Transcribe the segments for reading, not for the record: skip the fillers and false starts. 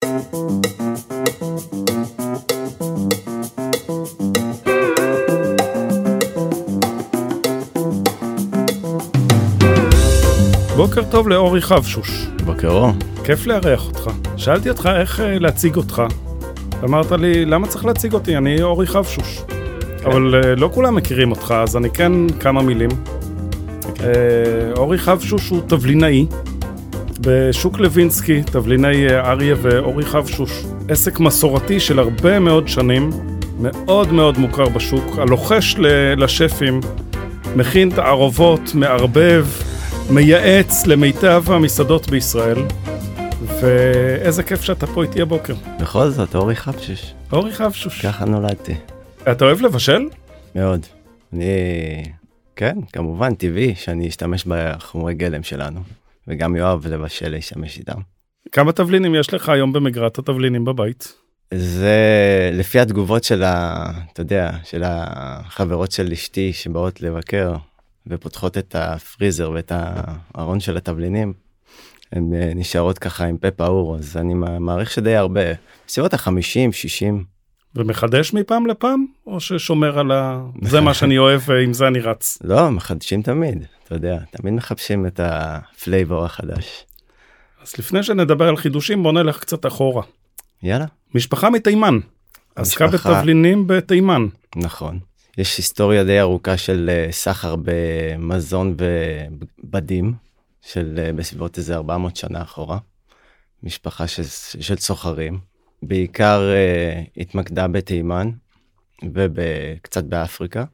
בוקר טוב לאורי חבשוש. בוקר אור. כיף לארח אותך. שאלתי אותך איך להציג אותך. אמרת לי, למה צריך להציג אותי? אני אורי חבשוש. כן. אבל לא כולם מכירים אותך, אז אני כן כמה מילים. כן. אורי חבשוש הוא תבלינאי. בשוק לוינסקי, תבליני אריה ואורי חבשוש. עסק מסורתי של הרבה מאוד שנים, מאוד מאוד מוכר בשוק. הלוחש לשפים, מכין תערובות, מערבב, מייעץ למיטב המסעדות בישראל, ואיזה כיף שאתה פה איתי הבוקר. בכל זאת, אורי חבשוש. אורי חבשוש. ככה נולדתי. אתה אוהב לבשל? מאוד. כן, כמובן, טבעי שאני אשתמש בחומרי גלם שלנו, וגם יואב לבשל להשתמש איתם. כמה תבלינים יש לך היום במגרת התבלינים בבית? זה לפי התגובות של אתה יודע, של החברות של אשתי שבאות לבקר, ופותחות את הפריזר ואת הארון של התבלינים, הן נשארות ככה עם פה פעור, אז אני מעריך שדי הרבה, בסביבות ה-50, 60. ומחדש מפעם לפעם, או ששומר על זה מה שאני אוהב ועם זה אני רץ? לא, מחדשים תמיד, אתה יודע, תמיד מחפשים את הפלייבור החדש. אז לפני שנדבר על חידושים, בוא נלך קצת אחורה. יאללה. משפחה מתימן, עסקה בתבלינים בתימן. נכון. יש היסטוריה די ארוכה של סחר במזון ובדים, של בסביבות איזה 400 שנה אחורה. משפחה של סוחרים. בעיקר התמקדה בתימן וקצת באפריקה.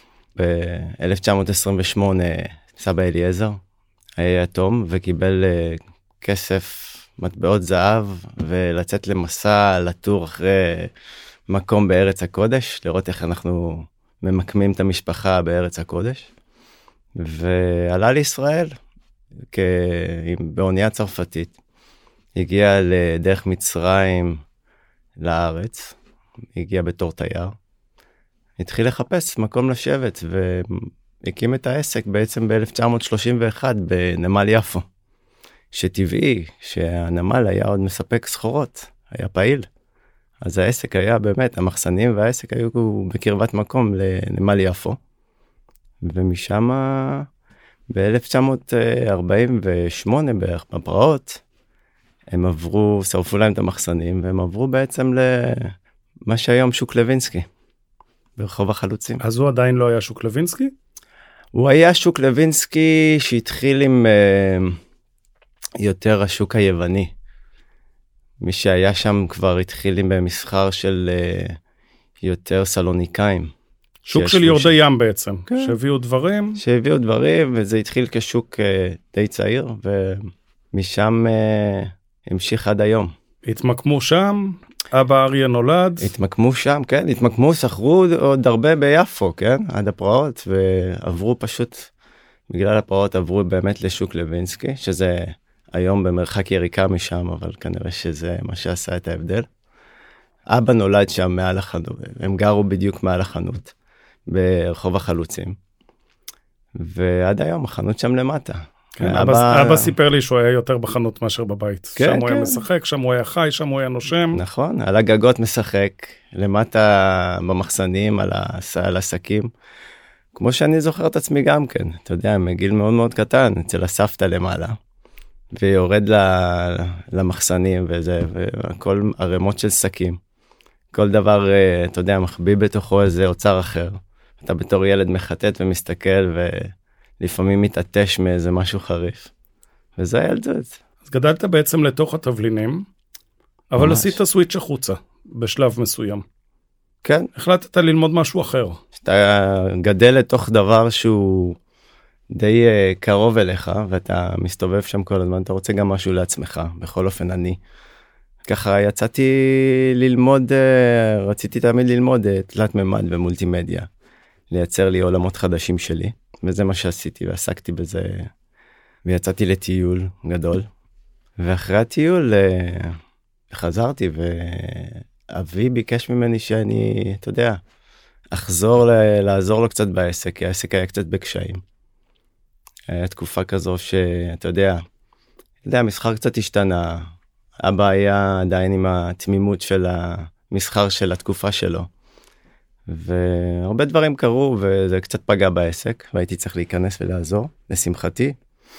ב-1928 סבא אליעזר היה יתום וקיבל כסף, מטבעות זהב, ולצאת למסע, לטור אחרי מקום בארץ הקודש, לראות איך אנחנו ממקמים את המשפחה בארץ הקודש, ועלה לישראל באונייה צרפתית, הגיע לדרך מצרים לארץ, הגיע בתור תייר, התחיל לחפש מקום לשבת, והקים את העסק בעצם ב-1931 בנמל יפו, שטבעי שהנמל היה עוד מספק סחורות, היה פעיל. אז העסק היה באמת, המחסנים והעסק היו בקרבת מקום לנמל יפו. ומשם ב-1948 בערך בפרעות, הם עברו, שרפו להם את המחסנים, והם עברו בעצם למה שהיום שוק לוינסקי, ברחוב החלוצים. אז הוא עדיין לא היה שוק לוינסקי? הוא היה שוק לוינסקי שהתחיל עם יותר השוק היווני. מי שהיה שם כבר התחיל עם במסחר של יותר סלוניקאים. שוק של יורדי ים בעצם, כן. שהביאו דברים, וזה התחיל כשוק די צעיר, ומשם המשיך עד היום. התמקמו שם, אבא אריה נולד. התמקמו שם, כן, סחרו עוד הרבה ביפו, כן, עד הפרעות, ועברו פשוט, בגלל הפרעות עברו באמת לשוק לוינסקי, שזה היום במרחק יריקה משם, אבל כנראה שזה מה שעשה את ההבדל. אבא נולד שם מעל החנות, הם גרו בדיוק מעל החנות, ברחוב החלוצים. ועד היום החנות שם למטה. כן, אבא סיפר לי שהוא היה יותר בחנות מאשר בבית. כן, שם הוא היה משחק, שם הוא היה חי, שם הוא היה נושם. נכון, על הגגות משחק, למטה במחסנים, על עסקים. כמו שאני זוכר את עצמי גם כן, אתה יודע, מגיל מאוד מאוד קטן, אצל הסבתא למעלה. ויורד למחסנים וזה, וכל הרמות של שקים. כל דבר, אתה יודע, מחביא בתוכו איזה אוצר אחר. אתה בתור ילד מחטט ומסתכל, ולפעמים מתעטש מאיזה משהו חריף. וזה הילדות. אז גדלת בעצם לתוך התבלינים, אבל עשית סוויץ' החוצה, בשלב מסוים. כן. החלטת ללמוד משהו אחר. אתה גדל לתוך דבר שהוא די קרוב אליך, ואתה מסתובב שם כל הזמן, אתה רוצה גם משהו לעצמך, בכל אופן אני. ככה יצאתי ללמוד, רציתי תמיד ללמוד תלת ממד ומולטימדיה, לייצר לי עולמות חדשים שלי, וזה מה שעשיתי, ועסקתי בזה, ויצאתי לטיול גדול, ואחרי הטיול חזרתי, ואבי ביקש ממני שאני, אתה יודע, אחזור לעזור לו קצת בעסק, כי העסק היה קצת בקשיים. היה תקופה כזו שאתה יודע, המסחר קצת השתנה, הבעיה עדיין עם התמימות של המסחר של התקופה שלו. והרבה דברים קרו וזה קצת פגע בעסק, והייתי צריך להיכנס ולעזור, לשמחתי.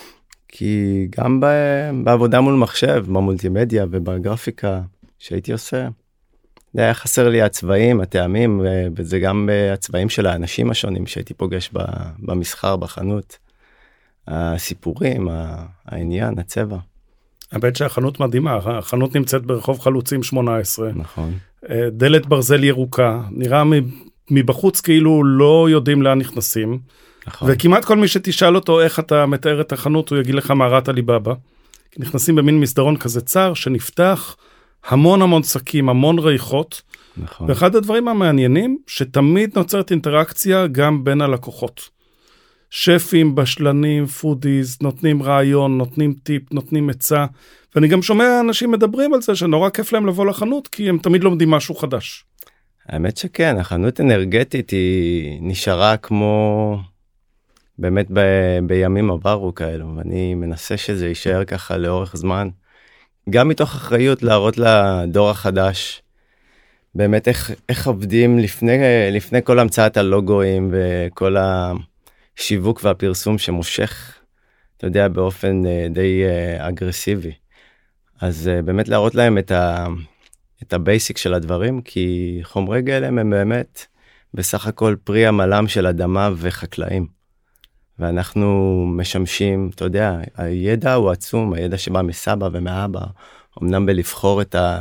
כי גם בעבודה מול מחשב, במולטימדיה ובגרפיקה שהייתי עושה, זה היה חסר לי הצבעים, הטעמים, וזה גם הצבעים של האנשים השונים שהייתי פוגש במסחר, בחנות. הסיפורים, העניין, הצבע. האמת שהחנות מדהימה, החנות נמצאת ברחוב חלוצים 18. נכון. דלת ברזל ירוקה, נראה מבחוץ כאילו לא יודעים לאן נכנסים. נכון. וכמעט כל מי שתשאל אותו איך אתה מתאר את החנות, הוא יגיד לך מערת עליבאבא. נכנסים במין מסדרון כזה צר שנפתח, המון שקים, המון ריחות. נכון. ואחד הדברים המעניינים, שתמיד נוצרת אינטראקציה גם בין הלקוחות. שפים, בשלנים, פודיז, נותנים רעיון, נותנים טיפ, נותנים עצה. ואני גם שומע אנשים מדברים על זה, שנורא כיף להם לבוא לחנות, כי הם תמיד לומדים משהו חדש. האמת שכן, החנות אנרגטית היא נשארה כמו באמת בימים עברו כאלו, ואני מנסה שזה יישאר ככה לאורך זמן. גם מתוך אחריות להראות לדור החדש, באמת איך עובדים לפני כל המצאת הלוגויים וכל השיווק והפרסום שמושך, אתה יודע, באופן די אגרסיבי. אז באמת להראות להם את הבייסיק של הדברים, כי חומרי גלם הם באמת בסך הכל פרי עמלם של אדמה וחקלאים. ואנחנו משמשים, אתה יודע, הידע הוא עצום, הידע שבא מסבא ומאבא, אמנם בלבחור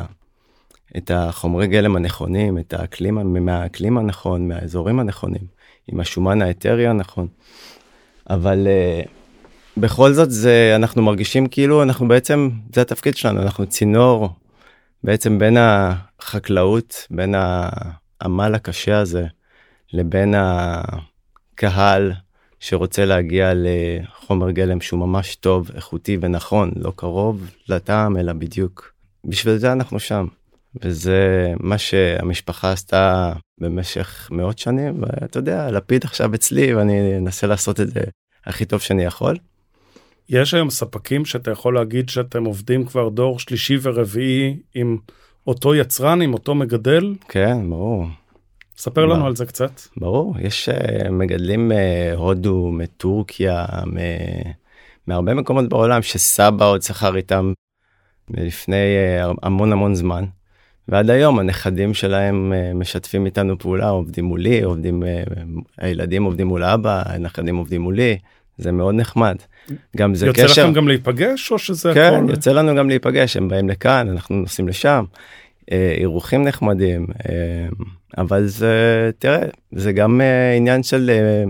את החומרי גלם הנכונים, את מהאקלים הנכון, מהאזורים הנכונים, עם השומן האתרי הנכון. אבל בכל זאת אנחנו מרגישים כאילו אנחנו בעצם, זה התפקיד שלנו, אנחנו צינור בעצם בין החקלאות, בין העמל הקשה הזה, לבין הקהל שרוצה להגיע לחומר גלם שהוא ממש טוב, איכותי ונכון, לא קרוב לטעם, אלא בדיוק. בשביל זה אנחנו שם. וזה מה שהמשפחה עשתה במשך מאות שנים, ואתה יודע, לפיד עכשיו אצלי, ואני אנסה לעשות את זה הכי טוב שאני יכול. יש היום ספקים שאתה יכול להגיד שאתם עובדים כבר דור שלישי ורביעי עם אותו יצרן, עם אותו מגדל? כן, ברור. ספר לנו על זה קצת. ברור, יש מגדלים מהודו, מטורקיה, מהרבה מקומות בעולם שסבא עוד שכר איתם לפני המון זמן. ועד היום הנכדים שלהם משתפים איתנו פעולה, עובדים מולי, הילדים עובדים מול אבא, הנכדים עובדים מולי, זה מאוד נחמד. גם זה יוצא קשר. לכם גם להיפגש או שזה כן, הכל? יוצא לנו גם להיפגש, הם באים לכאן, אנחנו נוסעים לשם, אירוחים נחמדים, אבל זה, תראה, זה גם עניין של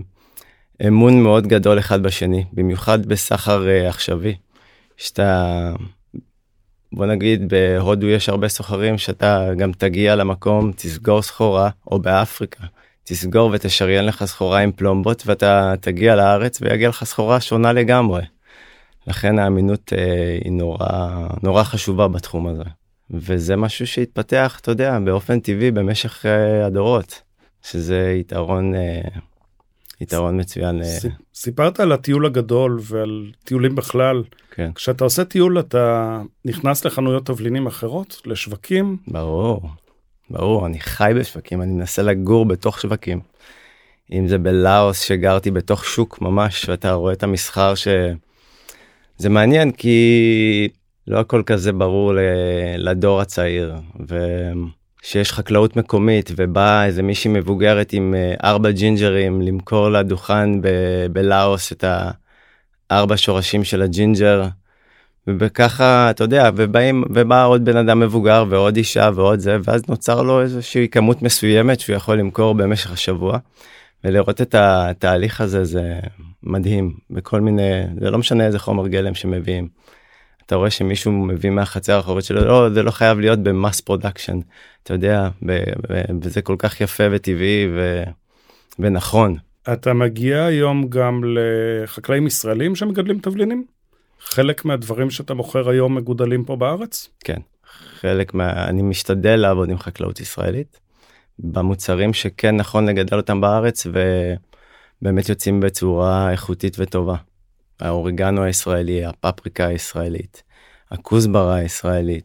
אמון מאוד גדול אחד בשני, במיוחד בסחר עכשווי, שאתה, בוא נגיד, בהודו יש הרבה סוחרים שאתה גם תגיע למקום, תסגור סחורה, או באפריקה, תסגור ותשריין לך סחורה עם פלומבות, ואתה תגיע לארץ ויגיע לך סחורה שונה לגמרי. לכן האמינות היא נורא חשובה בתחום הזה. וזה משהו שהתפתח, אתה יודע, באופן טבעי במשך הדורות, שזה יתרון מצוין. סיפרת על הטיול הגדול ועל טיולים בכלל. כן. כשאתה עושה טיול אתה נכנס לחנויות תבלינים אחרות, לשווקים? ברור, אני חי בשווקים, אני מנסה לגור בתוך שווקים. אם זה בלאוס שגרתי בתוך שוק ממש, ואתה רואה את המסחר זה מעניין כי לא הכל כזה ברור לדור הצעיר, ושיש חקלאות מקומית ובאה איזה מישהי מבוגרת עם 4 ג'ינג'רים למכור לדוכן בלאוס את 4 שורשים של הג'ינג'ר, ובככה, אתה יודע, ובא עוד בן אדם מבוגר ועוד אישה ועוד זה, ואז נוצר לו איזושהי כמות מסוימת שהוא יכול למכור במשך השבוע, ולראות את התהליך הזה זה מדהים, בכל מיני, זה לא משנה איזה חומר גלם שמביאים. אתה רואה שמישהו מביא מהחצר האחורית שלו, לא, זה לא חייב להיות במס פרודקשן, אתה יודע, וזה כל כך יפה וטבעי ונכון. אתה מגיע היום גם לחקלאים ישראלים שמגדלים תבלינים? חלק מהדברים שאתה מוכר היום מגודלים פה בארץ? כן, אני משתדל לעבוד עם חקלאות ישראלית, במוצרים שכן נכון לגדל אותם בארץ, ובאמת יוצאים בצורה איכותית וטובה. האוריגנו הישראלי, הפפריקה הישראלית, הכוסברה הישראלית,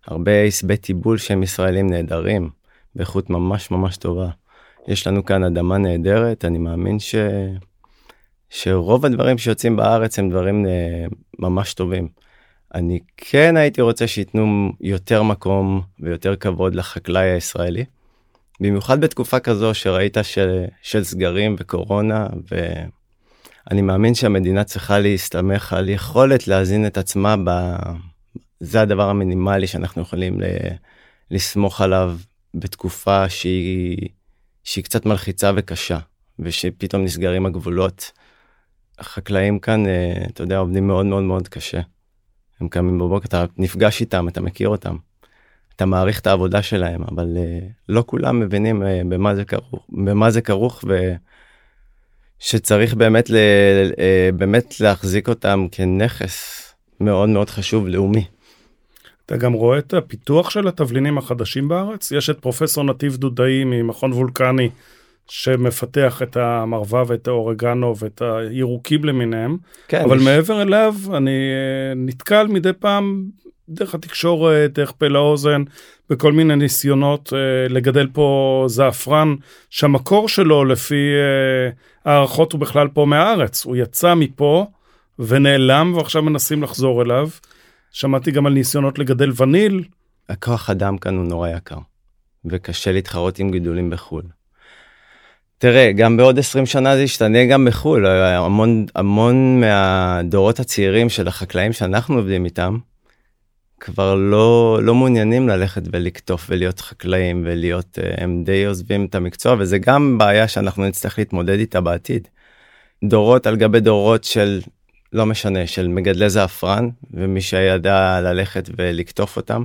הרבה עשבי טיבול שהם ישראלים נהדרים, באיכות ממש ממש טובה. יש לנו כאן אדמה נהדרת, אני מאמין שרוב הדברים שיוצאים בארץ הם דברים ממש טובים. אני כן הייתי רוצה שיתנו יותר מקום ויותר כבוד לחקלאי הישראלי, במיוחד בתקופה כזו שראית של סגרים וקורונה, ואני מאמין שהמדינה צריכה להסתמך על יכולת להזין את עצמה, זה הדבר המינימלי שאנחנו יכולים לסמוך עליו בתקופה שהיא קצת מלחיצה וקשה, ושפתאום נסגרים הגבולות. החקלאים כאן, אתה יודע, עובדים מאוד מאוד מאוד קשה. הם קמים בבוקר, אתה נפגש איתם, אתה מכיר אותם. אתה מעריך את העבודה שלהם, אבל לא כולם מבינים במה זה כרוך, ושצריך באמת להחזיק אותם כנכס מאוד מאוד חשוב לאומי. אתה גם רואה את הפיתוח של התבלינים החדשים בארץ? יש את פרופסור נתיב דודאי ממכון וולקני, שמפתח את המרווה ואת האורגנו ואת הירוקים למיניהם, כן, אבל מעבר אליו אני נתקל מדי פעם דרך התקשורת, דרך פה לאוזן, בכל מיני ניסיונות לגדל פה זעפרן, שהמקור שלו לפי הערכות הוא בכלל פה מהארץ, הוא יצא מפה ונעלם ועכשיו מנסים לחזור אליו. שמעתי גם על ניסיונות לגדל וניל. הכוח אדם כאן הוא נורא יקר, וקשה להתחרות עם גידולים בחול. תראה, גם בעוד 20 שנה זה ישתנה גם בחול, המון מהדורות הצעירים של החקלאים שאנחנו עובדים איתם, כבר לא מעוניינים ללכת ולקטוף ולהיות חקלאים ולהיות, הם די עוזבים את המקצוע, וזה גם בעיה שאנחנו נצטרך להתמודד איתה בעתיד. דורות על גבי דורות של, לא משנה, של מגדלי זעפרן, ומי שידע ללכת ולקטוף אותם.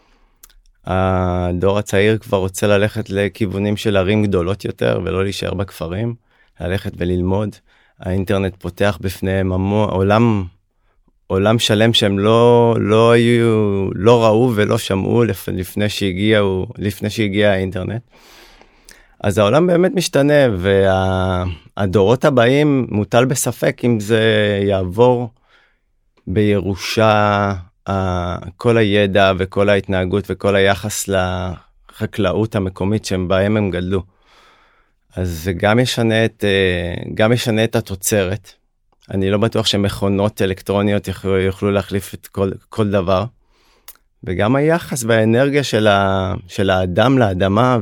הדור הצעיר כבר רוצה ללכת לכיוונים של ערים גדולות יותר, ולא להישאר בכפרים, ללכת וללמוד. האינטרנט פותח בפניהם עולם שלם שהם לא ראו ולא שמעו לפני שהגיע האינטרנט. אז העולם באמת משתנה, והדורות הבאים מוטל בספק אם זה יעבור בירושה, כל הידע וכל ההתנהגות וכל היחס לחקלאות המקומית שהם בהם הם גדלו. אז זה גם ישנה את התוצרת. אני לא בטוח שמכונות אלקטרוניות יוכלו להחליף את כל דבר. וגם היחס והאנרגיה של האדם לאדמה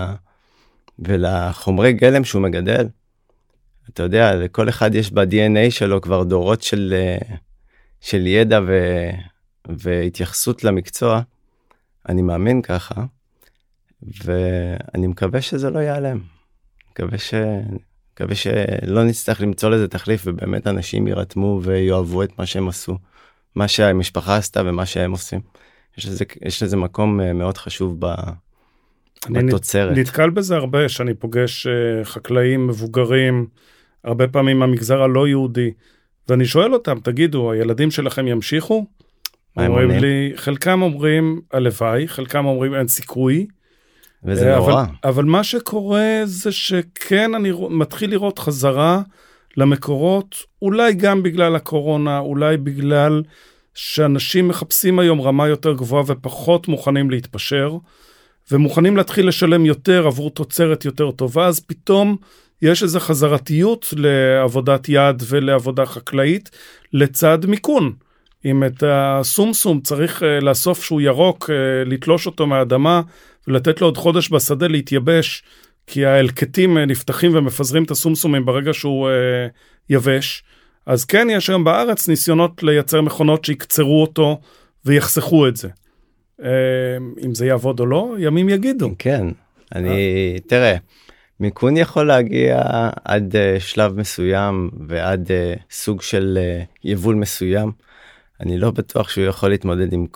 ולחומרי גלם שהוא מגדל. אתה יודע, לכל אחד יש ב-DNA שלו כבר דורות של ידע והתייחסות למקצוע. אני מאמין ככה, ואני מקווה שזה לא ייעלם. מקווה שלא נצטרך למצוא לזה תחליף, ובאמת אנשים יירתמו ויואבו את מה שהם עשו, מה שהמשפחה עשתה ומה שהם עושים. יש לזה מקום מאוד חשוב בתוצרת. אני נתקל בזה הרבה, שאני פוגש חקלאים מבוגרים, הרבה פעמים המגזר הלא יהודי, ואני שואל אותם, תגידו, הילדים שלכם ימשיכו? אומרים לי, חלקם אומרים הלוואי, חלקם אומרים אין סיכוי. וזה נורא. אבל מה שקורה זה שכן אני מתחיל לראות חזרה למקורות, אולי גם בגלל הקורונה, אולי בגלל שאנשים מחפשים היום רמה יותר גבוהה ופחות מוכנים להתפשר, ומוכנים להתחיל לשלם יותר עבור תוצרת יותר טובה, אז פתאום יש איזו חזרתיות לעבודת יד ולעבודה חקלאית לצד מיקון. אם את הסומסום צריך לאסוף שהוא ירוק, לתלוש אותו מהאדמה ולתת לו עוד חודש בשדה להתייבש, כי האלקטים נפתחים ומפזרים את הסומסומים ברגע שהוא יבש. אז כן, יש היום בארץ ניסיונות לייצר מכונות שיקצרו אותו ויחסכו את זה. אם זה יעבוד או לא, ימים יגידו. כן, תראה, מיקון יכול להגיע עד שלב מסוים ועד סוג של יבול מסוים. אני לא בטוח שהוא יכול להתמודד עם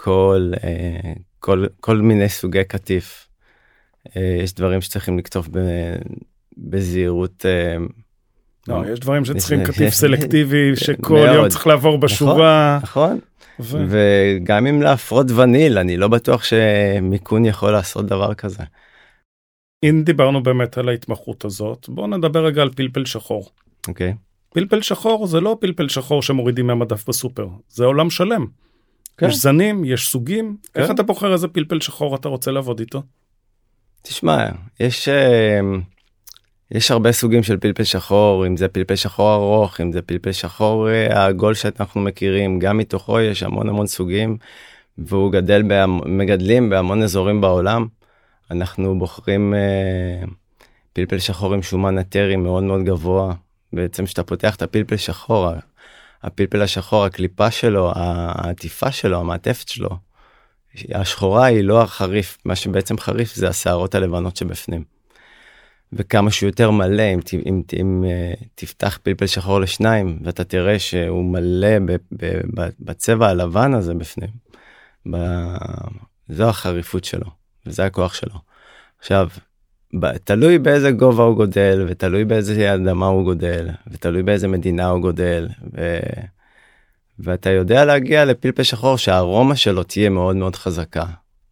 כל מיני סוגי קטיף. יש דברים שצריכים לכתוב בזהירות. לא, יש דברים שצריכים קטיף סלקטיבי, שכל יום צריך לעבור בשורה. נכון. וגם אם להפרות וניל, אני לא בטוח שמיקון יכול לעשות דבר כזה. אם דיברנו באמת על ההתמחות הזאת, בואו נדבר רגע על פלפל שחור. אוקיי. פלפל שחור זה לא פלפל שחור שמורידים מהמדף בסופר, זה עולם שלם. כן. יש זנים, יש סוגים. כן. איך אתה בוחר איזה פלפל שחור אתה רוצה לעבוד איתו? תשמע, יש הרבה סוגים של פלפל שחור, אם זה פלפל שחור ארוך, אם זה פלפל שחור העגול שאנחנו מכירים, גם מתוכו יש המון סוגים, והוא מגדלים בהמון אזורים בעולם. אנחנו בוחרים פלפל שחור עם שומן אתרי מאוד מאוד גבוה. בעצם שאתה פותח את הפלפל שחור, הפלפל השחור, הקליפה שלו, העטיפה שלו, המעטפת שלו, השחורה היא לא החריף, מה שבעצם חריף זה השערות הלבנות שבפנים. וכמה שהוא יותר מלא, אם תפתח פלפל שחור לשניים, ואתה תראה שהוא מלא בצבע הלבן הזה בפנים, זו החריפות שלו, וזה הכוח שלו. עכשיו, תלוי באיזה גובה הוא גודל, ותלוי באיזה אדמה הוא גודל, ותלוי באיזה מדינה הוא גודל, ואתה יודע להגיע לפלפל שחור שהארומה שלו תהיה מאוד מאוד חזקה.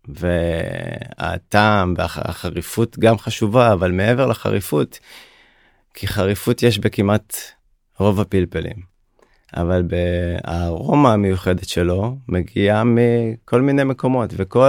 והטעם והחריפות גם חשובה, אבל מעבר לחריפות, כי חריפות יש בכמעט רוב הפלפלים. אבל הארומה המיוחדת שלו מגיעה מכל מיני מקומות,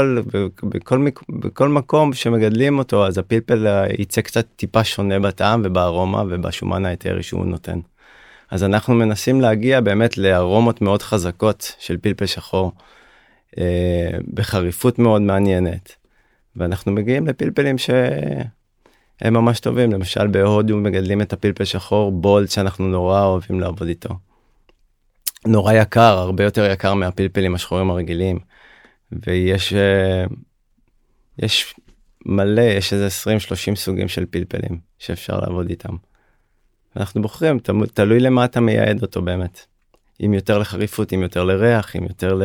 בכל מקום שמגדלים אותו, אז הפלפל יצא קצת טיפה שונה בטעם ובארומה ובשומן האתרי שהוא נותן. אז אנחנו מנסים להגיע באמת לארומות מאוד חזקות של פלפל שחור, בחריפות מאוד מעניינת. ואנחנו מגיעים לפלפלים שהם ממש טובים. למשל בהודו מגדלים את הפלפל שחור בולד שאנחנו נורא אוהבים לעבוד איתו. נורא יקר, הרבה יותר יקר מהפלפלים השחורים הרגילים. ויש מלא, יש איזה 20-30 סוגים של פלפלים שאפשר לעבוד איתם. אנחנו בוחרים, תלוי למה אתה מייעד אותו באמת. אם יותר לחריפות, אם יותר לריח, אם יותר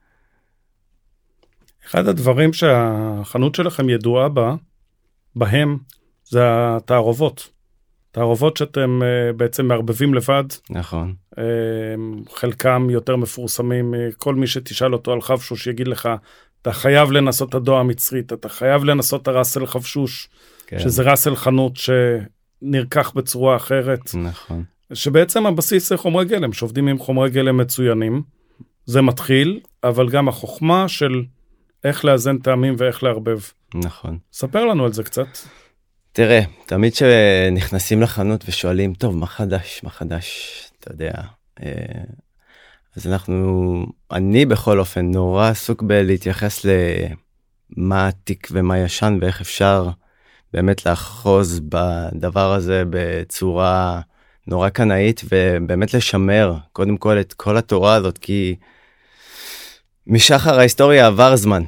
אחד הדברים שהחנות שלכם ידועה בהם, זה התערובות. תערובות שאתם בעצם מערבבים לבד. נכון. חלקם יותר מפורסמים, כל מי שתשאל אותו על חבשוש יגיד לך, אתה חייב לנסות את הדוע המצרית, אתה חייב לנסות את הרסל חבשוש, כן. שזה רסל חנות שנרקח בצורה אחרת. נכון. שבעצם הבסיס זה חומרי גלם, שעובדים עם חומרי גלם מצוינים. זה מתחיל, אבל גם החוכמה של איך לאזן טעמים ואיך לערבב. נכון. ספר לנו על זה קצת. תראה, תמיד שנכנסים לחנות ושואלים, טוב, מה חדש? מה חדש? אתה יודע. אז אני בכל אופן נורא עסוק בלהתייחס למה עתיק ומה ישן, ואיך אפשר באמת לאחוז בדבר הזה בצורה נורא קנאית, ובאמת לשמר קודם כל את כל התורה הזאת, כי משחר ההיסטוריה עבר זמן,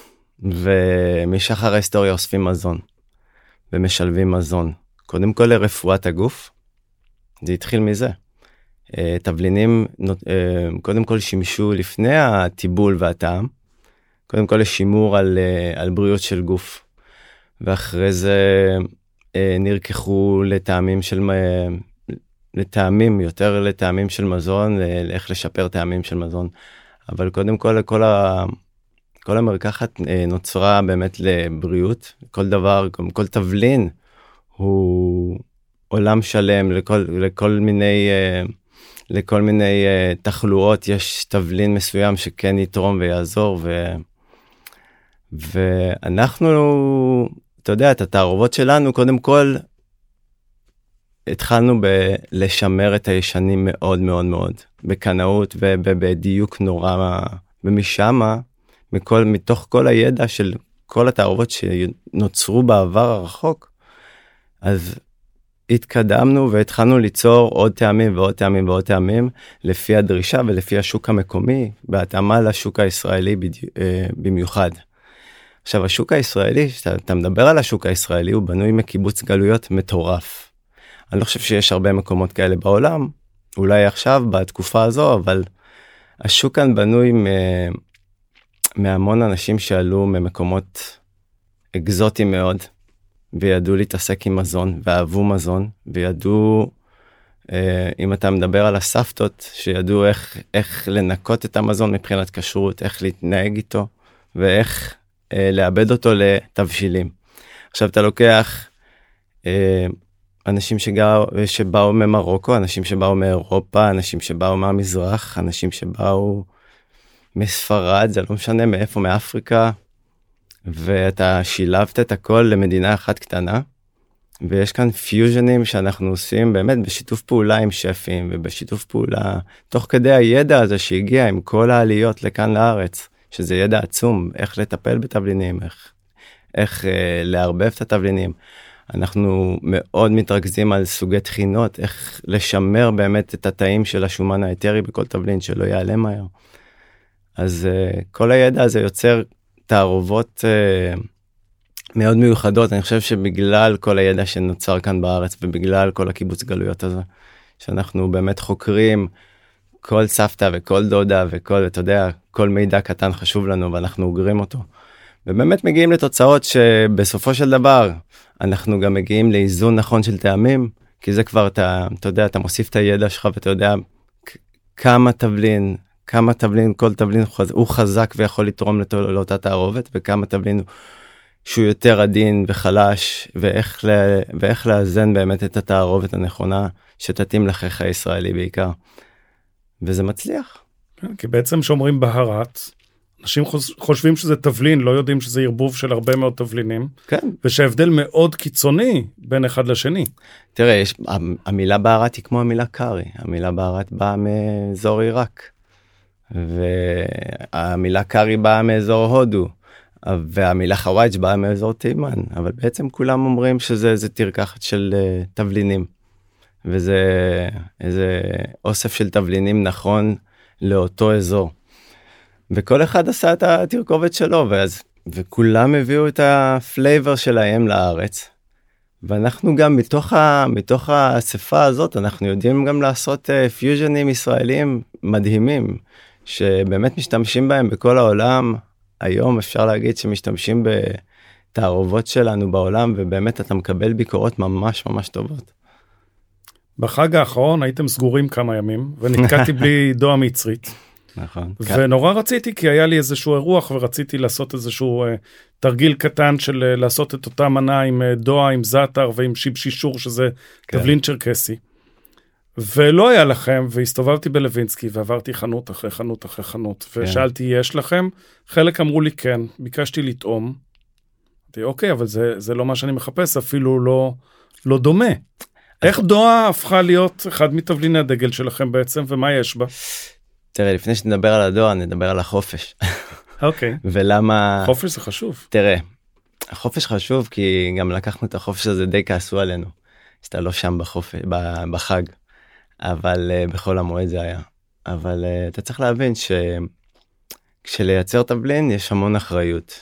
ומשחר ההיסטוריה אוספים מזון, ומשלבים מזון. קודם כל לרפואת הגוף, זה התחיל מזה. תבלינים קודם כל שימשו לפני הטיבול והטעם, קודם כל לשימור על בריאות של גוף, ואחרי זה נרקחו לטעמים, יותר לטעמים של מזון, איך לשפר טעמים של מזון. אבל קודם כל, כל המרקחת נוצרה באמת לבריאות. כל דבר, כל תבלין הוא עולם שלם. לכל מיני תחלואות יש תבלין מסוים שכן יתרום ויעזור. ואנחנו, אתה יודע, את התערובות שלנו, קודם כל, התחלנו לשמר את הישנים מאוד מאוד מאוד, בקנאות ובדיוק נורא, ומשם, מתוך כל הידע של כל התערובות שנוצרו בעבר הרחוק, אז התקדמנו והתחלנו ליצור עוד טעמים ועוד טעמים ועוד טעמים, לפי הדרישה ולפי השוק המקומי, בהתאמה לשוק הישראלי במיוחד. עכשיו, השוק הישראלי, אתה מדבר על השוק הישראלי, הוא בנוי מקיבוץ גלויות מטורף. אני לא חושב שיש הרבה מקומות כאלה בעולם, אולי עכשיו, בתקופה הזו, אבל השוק כאן בנוי מהמון אנשים שעלו ממקומות אקזוטיים מאוד, וידעו להתעסק עם מזון, ואהבו מזון, וידעו, אם אתה מדבר על הסבתות, שידעו איך לנקות את המזון מבחינת כשרות, איך להתנהג איתו, ואיך לאבד אותו לתבשילים. עכשיו אתה לוקח אנשים שבאו ממרוקו, אנשים שבאו מאירופה, אנשים שבאו מהמזרח, אנשים שבאו מספרד, זה לא משנה מאיפה, מאפריקה, ואתה שילבת את הכל למדינה אחת קטנה, ויש כאן פיוז'נים שאנחנו עושים באמת בשיתוף פעולה עם שפים, ובשיתוף פעולה תוך כדי הידע הזה שהגיע עם כל העליות לכאן לארץ, שזה ידע עצום, איך לטפל בתבלינים, איך לערבב את התבלינים. אנחנו מאוד מתרכזים על סוגי תחינות, איך לשמר באמת את התאים של השומן האתרי בכל תבלין, שלא ייעלם מהר. אז כל הידע הזה יוצר תערובות מאוד מיוחדות. אני חושב שבגלל כל הידע שנוצר כאן בארץ, ובגלל כל הקיבוץ גלויות הזה, שאנחנו באמת חוקרים כל סבתא וכל דודה וכל, אתה יודע, כל מידע קטן חשוב לנו, ואנחנו אוגרים אותו. ובאמת מגיעים לתוצאות שבסופו של דבר, אנחנו גם מגיעים לאיזון נכון של טעמים, כי זה כבר, אתה יודע, אתה מוסיף את הידע שלך, ואתה יודע כמה תבלין, כל תבלין הוא חזק ויכול לתרום לאותה תערובת, וכמה תבלין שהוא יותר עדין וחלש, ואיך לאזן באמת את התערובת הנכונה, שתתאים לחיך הישראלי בעיקר. וזה מצליח. כן, כי בעצם שאומרים בהרת, אנשים חושבים שזה תבלין, לא יודעים שזה ערבוב של הרבה מאוד תבלינים, כן. ושההבדל מאוד קיצוני בין אחד לשני. תראה, המילה בהרת היא כמו המילה קארי, המילה בהרת באה מאזור עיראק, והמילה קארי באה מאזור הודו, והמילה חוואג' באה מאזור תימן, אבל בעצם כולם אומרים שזה תרקחת של תבלינים, וזה איזה אוסף של תבלינים נכון לאותו אזור. וכל אחד עשה את התרכובת שלו, וכולם הביאו את הפלייבר שלהם לארץ. ואנחנו גם מתוך האספה הזאת, אנחנו יודעים גם לעשות פיוז'נים ישראלים מדהימים, שבאמת משתמשים בהם בכל העולם. היום אפשר להגיד שמשתמשים בתערובות שלנו בעולם, ובאמת אתה מקבל ביקורות ממש ממש טובות. בחג האחרון הייתם סגורים כמה ימים, ונתקעתי בלי דואה מצרית. נכון. ונורא רציתי, כי היה לי איזשהו אירוח, ורציתי לעשות איזשהו תרגיל קטן של לעשות את אותה מנה עם דואה, עם זאטר ועם שיבשישור, שזה תבלין צ'רקסי. ולא היה לכם, והסתובבתי בלווינסקי, ועברתי חנות אחרי חנות אחרי חנות, ושאלתי, יש לכם? חלק אמרו לי כן, ביקשתי לטעום. אמרתי, אוקיי, אבל זה לא מה שאני מחפש, אפילו לא דומה. איך דואה הפכה להיות אחד מתבליני הדגל שלכם בעצם, ומה יש בה? תראה, לפני שנדבר על הדואר, נדבר על החופש. אוקיי. ולמה... חופש זה חשוב. תראה, החופש חשוב, כי גם לקחנו את החופש הזה, די כעסו עלינו. שאתה לא שם בחג, אבל בכל המועד זה היה. אבל אתה צריך להבין כשלייצר תבלין, יש המון אחריות.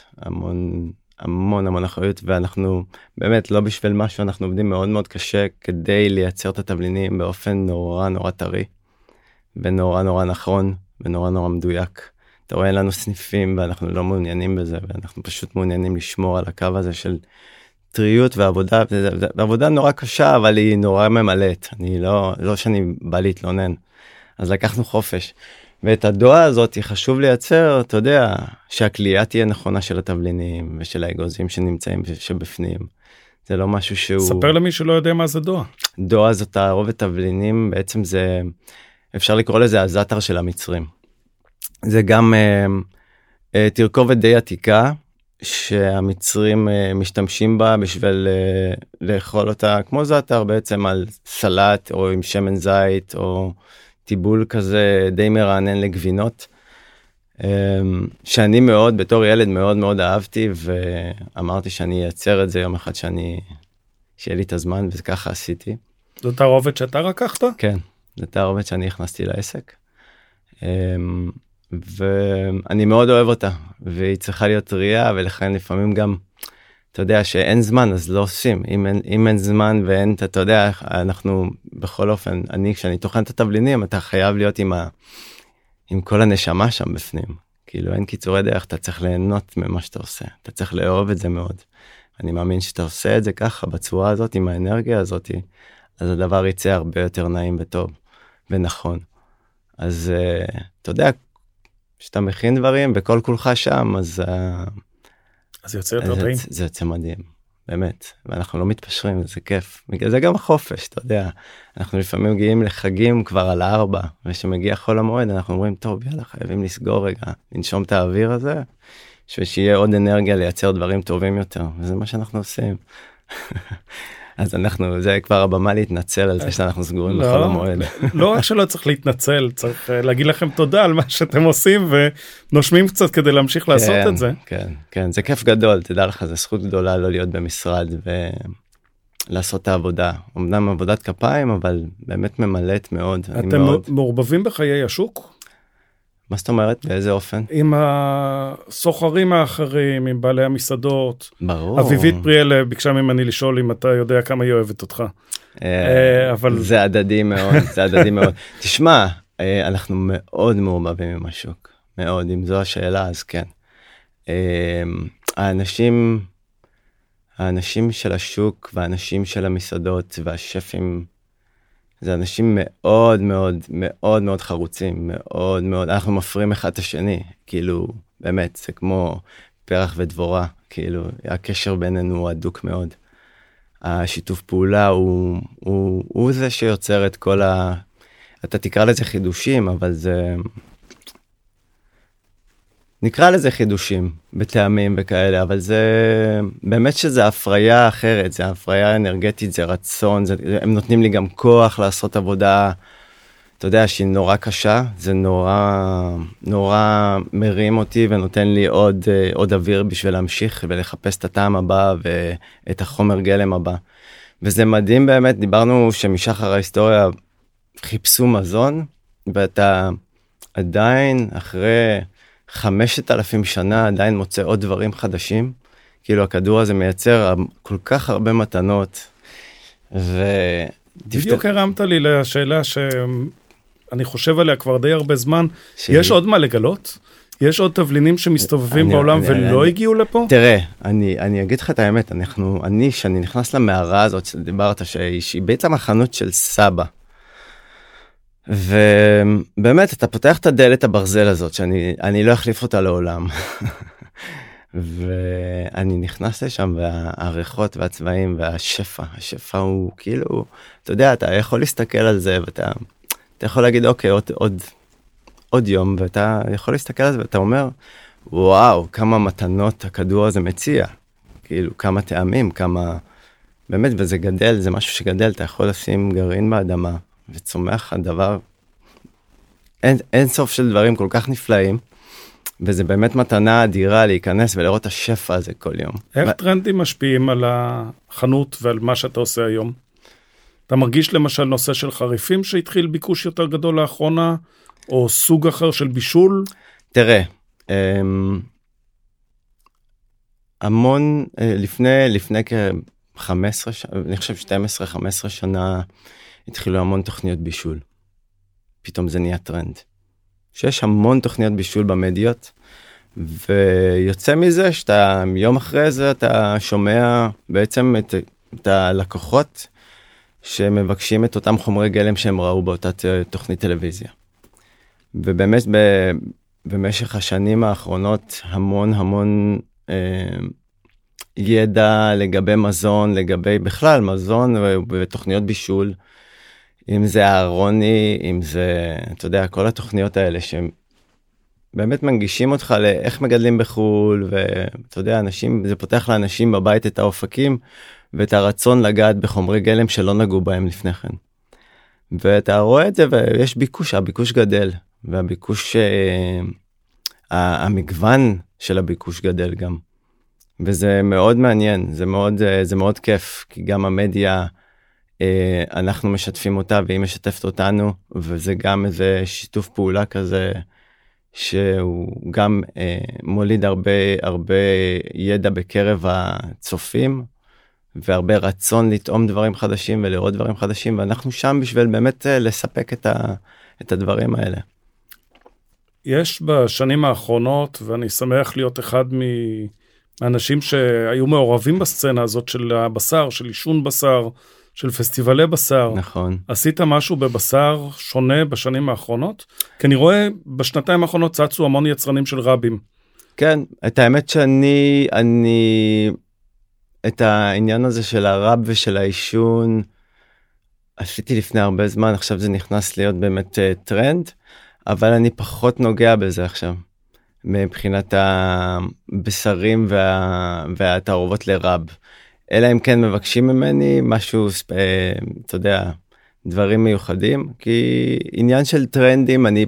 המון אחריות, ואנחנו באמת לא בשביל משהו, אנחנו עובדים מאוד מאוד קשה, כדי לייצר את התבלינים באופן נורא טרי. ונורא נכון, ונורא מדויק. אתה רואה, אין לנו סניפים, ואנחנו לא מעוניינים בזה, ואנחנו פשוט מעוניינים לשמור על הקו הזה של טריות ועבודה, ועבודה נורא קשה, אבל היא נורא ממלאת. אני לא שאני בא להתלונן. אז לקחנו חופש. ואת הדואה הזאת חשוב לייצר, אתה יודע, שהקלייה תהיה נכונה של התבלינים, ושל האגוזים שנמצאים שבפנים. זה לא משהו שהוא... ספר למי שלא יודע מה זה דואה. דואה זאת תערובת תבלינים, בעצם זה... אפשר לקרוא לזה הזאטר של המצרים. זה גם תרכובת די עתיקה, שהמצרים משתמשים בה בשביל לאכול אותה כמו זאטר בעצם על סלט או עם שמן זית או טיבול כזה די מרענן לגבינות. שאני מאוד בתור ילד מאוד אהבתי ואמרתי שאני אייצר את זה יום אחד שיהיה לי את הזמן וככה עשיתי. זו תערובת שאתה רקחת? כן. זו תערובת שאני הכנסתי לעסק, ואני מאוד אוהב אותה, והיא צריכה להיות טריה, ולכן לפעמים גם, אתה יודע, שאין זמן, אז לא עושים. אם אין זמן ואין, אתה יודע, אנחנו, בכל אופן, כשאני תוכן את התבלינים, אתה חייב להיות עם כל הנשמה שם בפנים. כאילו, אין קיצורי דרך, אתה צריך ליהנות ממה שאתה עושה. אתה צריך לאהוב את זה מאוד. אני מאמין שאתה עושה את זה ככה, בצורה הזאת, עם האנרגיה הזאת, אז הדבר יצא הרבה יותר נעים וטוב. ונכון. אז אתה יודע, כשאתה מכין דברים וכל כולך שם, אז יוצא יותר טעים. זה יוצא מדהים. באמת, ואנחנו לא מתפשרים, זה כיף. בגלל זה גם החופש, אתה יודע, אנחנו לפעמים מגיעים לחגים כבר על 4, ושמגיע חול המועד, אנחנו אומרים, טוב, יאללה, חייבים לסגור רגע, לנשום את האוויר הזה, שיהיה עוד אנרגיה לייצר דברים טובים יותר, וזה מה שאנחנו עושים. אז אנחנו, זה כבר הבמה להתנצל על זה שאנחנו סגורים בחול המועד. לא רק שלא צריך להתנצל, צריך להגיד לכם תודה על מה שאתם עושים, ונושמים קצת כדי להמשיך לעשות את זה. כן, כן, זה כיף גדול, תדע לך, זה זכות גדולה לא להיות במשרד ולעשות את העבודה. אמנם עבודת כפיים, אבל באמת ממלאת מאוד. אתם מעורבבים בחיי השוק? מה זאת אומרת? באיזה אופן? עם הסוחרים האחרים, עם בעלי המסעדות. ברור. אביבית פריאל ביקשה ממני לשאול אם אתה יודע כמה היא אוהבת אותך. אבל... זה הדדי מאוד, זה הדדי מאוד. תשמע, אנחנו מאוד מעורבבים עם השוק. מאוד, אם זו השאלה, אז כן. האנשים של השוק והאנשים של המסעדות והשפים, זה אנשים מאוד מאוד מאוד מאוד חרוצים, מאוד מאוד, אנחנו מפרים אחד את השני, כאילו, באמת, זה כמו פרח ודבורה, כאילו, הקשר בינינו הוא הדוק מאוד. השיתוף פעולה הוא זה שיוצר את כל אתה תקרא לזה חידושים, אבל זה... נקרא לזה חידושים, בטעמים וכאלה, אבל זה... באמת שזה הפריה אחרת, זה הפריה אנרגטית, זה רצון, הם נותנים לי גם כוח לעשות עבודה, אתה יודע, שהיא נורא קשה, זה נורא מרים אותי ונותן לי עוד אוויר בשביל להמשיך ולחפש את הטעם הבא ואת החומר גלם הבא. וזה מדהים באמת, דיברנו שמשחר ההיסטוריה חיפשו מזון, ואתה עדיין אחרי 5,000 שנה עדיין מוצא עוד דברים חדשים, כאילו הכדור הזה מייצר כל כך הרבה מתנות, בדיוק הרמת לי לשאלה שאני חושב עליה כבר די הרבה זמן, יש עוד מה לגלות? יש עוד תבלינים שמסתובבים בעולם ולא הגיעו לפה? תראה, אני אגיד לך את האמת, שאני נכנס למערה הזאת שדיברת, שהיא בעצם החנות של סבא, ובאמת אתה פותח את הדלת הברזל הזאת שאני לא אחליף אותה לעולם. ואני נכנס לשם והריחות והצבעים השפע הוא כאילו, אתה יודע, אתה יכול להסתכל על זה ואתה יכול להגיד אוקיי, עוד יום, ואתה יכול להסתכל על זה ואתה אומר, וואו, כמה מתנות הכדור הזה מציע. כאילו, כמה טעמים, כמה... באמת, וזה גדל, זה משהו שגדל, אתה יכול לשים גרעין באדמה, וצומח הדבר... אין סוף של דברים כל כך נפלאים, וזה באמת מתנה אדירה להיכנס ולראות את השפע הזה כל יום. איך טרנדים משפיעים על החנות ועל מה שאתה עושה היום? אתה מרגיש למשל נושא של חריפים שהתחיל ביקוש יותר גדול לאחרונה, או סוג אחר של בישול? תראה, המון, לפני כ-15 שנה, אני חושב 12-15 שנה, התחילו המון תוכניות בישול. פתאום זה נהיה טרנד. שיש המון תוכניות בישול במדיות, ויוצא מזה שאתה, יום אחרי זה אתה שומע בעצם את הלקוחות, שמבקשים את אותם חומרי גלם שהם ראו באותה תוכנית טלוויזיה. ובאמת במשך השנים האחרונות המון ידע לגבי מזון, לגבי בכלל מזון ותוכניות בישול, אם זה הארוני, אם זה, אתה יודע, כל התוכניות האלה שהם באמת מנגישים אותך לאיך מגדלים בחול, ואתה יודע, זה פותח לאנשים בבית את האופקים, ואת הרצון לגעת בחומרי גלם שלא נגעו בהם לפני כן. ואתה רואה את זה, ויש ביקוש, הביקוש גדל, והביקוש, המגוון של הביקוש גדל גם. וזה מאוד מעניין, זה מאוד כיף, כי גם המדיה, אנחנו משתפים אותה, והיא משתפת אותנו, וזה גם איזה שיתוף פעולה כזה, שהוא גם מוליד הרבה ידע בקרב הצופים, והרבה רצון לטעום דברים חדשים ולראות דברים חדשים, ואנחנו שם בשביל באמת לספק את הדברים האלה. יש בשנים האחרונות, ואני שמח להיות אחד מהאנשים שהיו מעורבים בסצנה הזאת של הבשר, של עישון בשר, של פסטיבלי בשר. נכון. עשית משהו בבשר שונה בשנים האחרונות? כי אני רואה בשנתיים האחרונות צצו המון יצרנים של רבים. כן, את האמת שאני את העניין הזה של הרב ושל העישון, עשיתי לפני הרבה זמן, עכשיו זה נכנס להיות באמת טרנד, אבל אני פחות נוגע בזה עכשיו, מבחינת הבשרים והתערובות לרב. אלא אם כן מבקשים ממני משהו, אתה יודע, דברים מיוחדים, כי עניין של טרנדים אני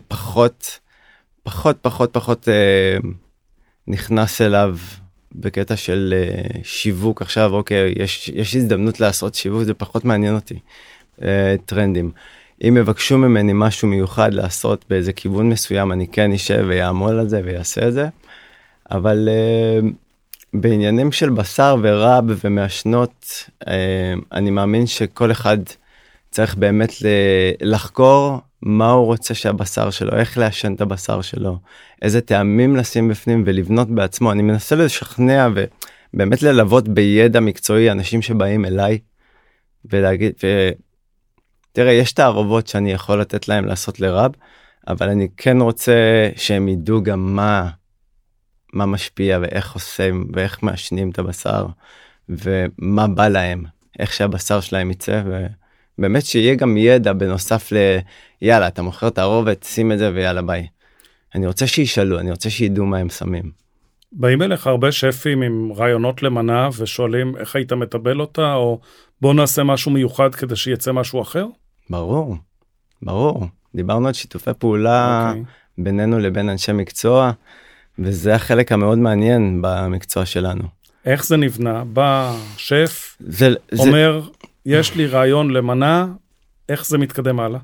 פחות נכנס אליו בקטע של שיווק. עכשיו אוקיי, יש הזדמנות לעשות שיווק, זה פחות מעניין אותי, טרנדים. אם מבקשו ממני משהו מיוחד לעשות באיזה כיוון מסוים, אני כן אשב ויעמול על זה ויעשה את זה, אבל בעניינים של בשר ורב ומעשנות, אני מאמין שכל אחד צריך באמת לחקור מה הוא רוצה שהבשר שלו, איך לעשן את הבשר שלו, איזה טעמים לשים בפנים ולבנות בעצמו. אני מנסה לשכנע ובאמת ללוות בידע מקצועי אנשים שבאים אליי ולהגיד, תראה, יש תערובות שאני יכול לתת להם לעשות לרב, אבל אני כן רוצה שהם ידעו גם מה משפיע ואיך עושים ואיך מעשנים את הבשר ומה בא להם, איך שהבשר שלהם יצא, ובאמת שיהיה גם ידע בנוסף יאללה, אתה מוכר תערובת, שים את זה ויאללה ביי. אני רוצה שישאלו, אני רוצה שידעו מה הם שמים. באים אליך הרבה שפים עם רעיונות למנה ושואלים איך היית מטבל אותה, או בוא נעשה משהו מיוחד כדי שיצא משהו אחר? ברור. דיברנו על שיתופי פעולה בינינו לבין אנשי מקצוע, וזה החלק המאוד מעניין במקצוע שלנו. איך זה נבנה? בא שף, אומר, יש לי רעיון למנה, איך זה מתקדם הלאה?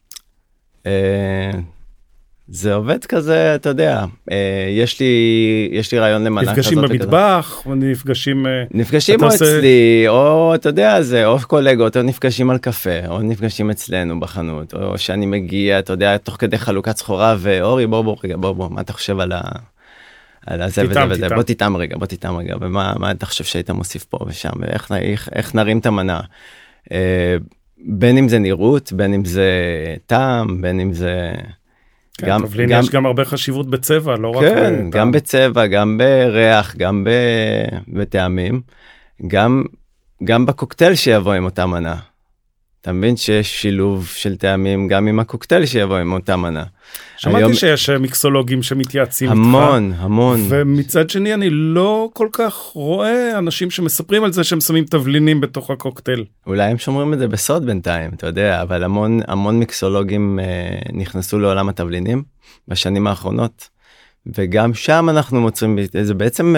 זה עובד כזה, אתה יודע, יש לי רעיון למנה כזאת. נפגשים במטבח, נפגשים או אצלי, או אתה יודע, זה או קולגות, או נפגשים על קפה, או נפגשים אצלנו בחנות, או שאני מגיע, אתה יודע, תוך כדי חלוקת סחורה, ואורי, בוא, מה אתה חושב על זה וזה, בוא תטעם רגע, ומה אתה חושב שהיית מוסיף פה ושם, ואיך נרים את המנה. בין אם זה נראות, בין אם זה טעם, בין אם זה... כן, תבלין יש גם הרבה חשיבות בצבע, לא רק כן, גם בצבע, גם בריח, גם בטעמים, גם בקוקטייל שיבוא עם אותה מנה. אתה מבין שיש שילוב של טעמים גם עם הקוקטייל שיבוא עם אותה מנה. שמעתי שיש מיקסולוגים שמתייעצים איתך. המון. ומצד שני אני לא כל כך רואה אנשים שמספרים על זה שהם שמים תבלינים בתוך הקוקטייל. אולי הם שומרים את זה בסוד בינתיים, אתה יודע, אבל המון מיקסולוגים נכנסו לעולם התבלינים בשנים האחרונות, וגם שם אנחנו מוצאים, זה בעצם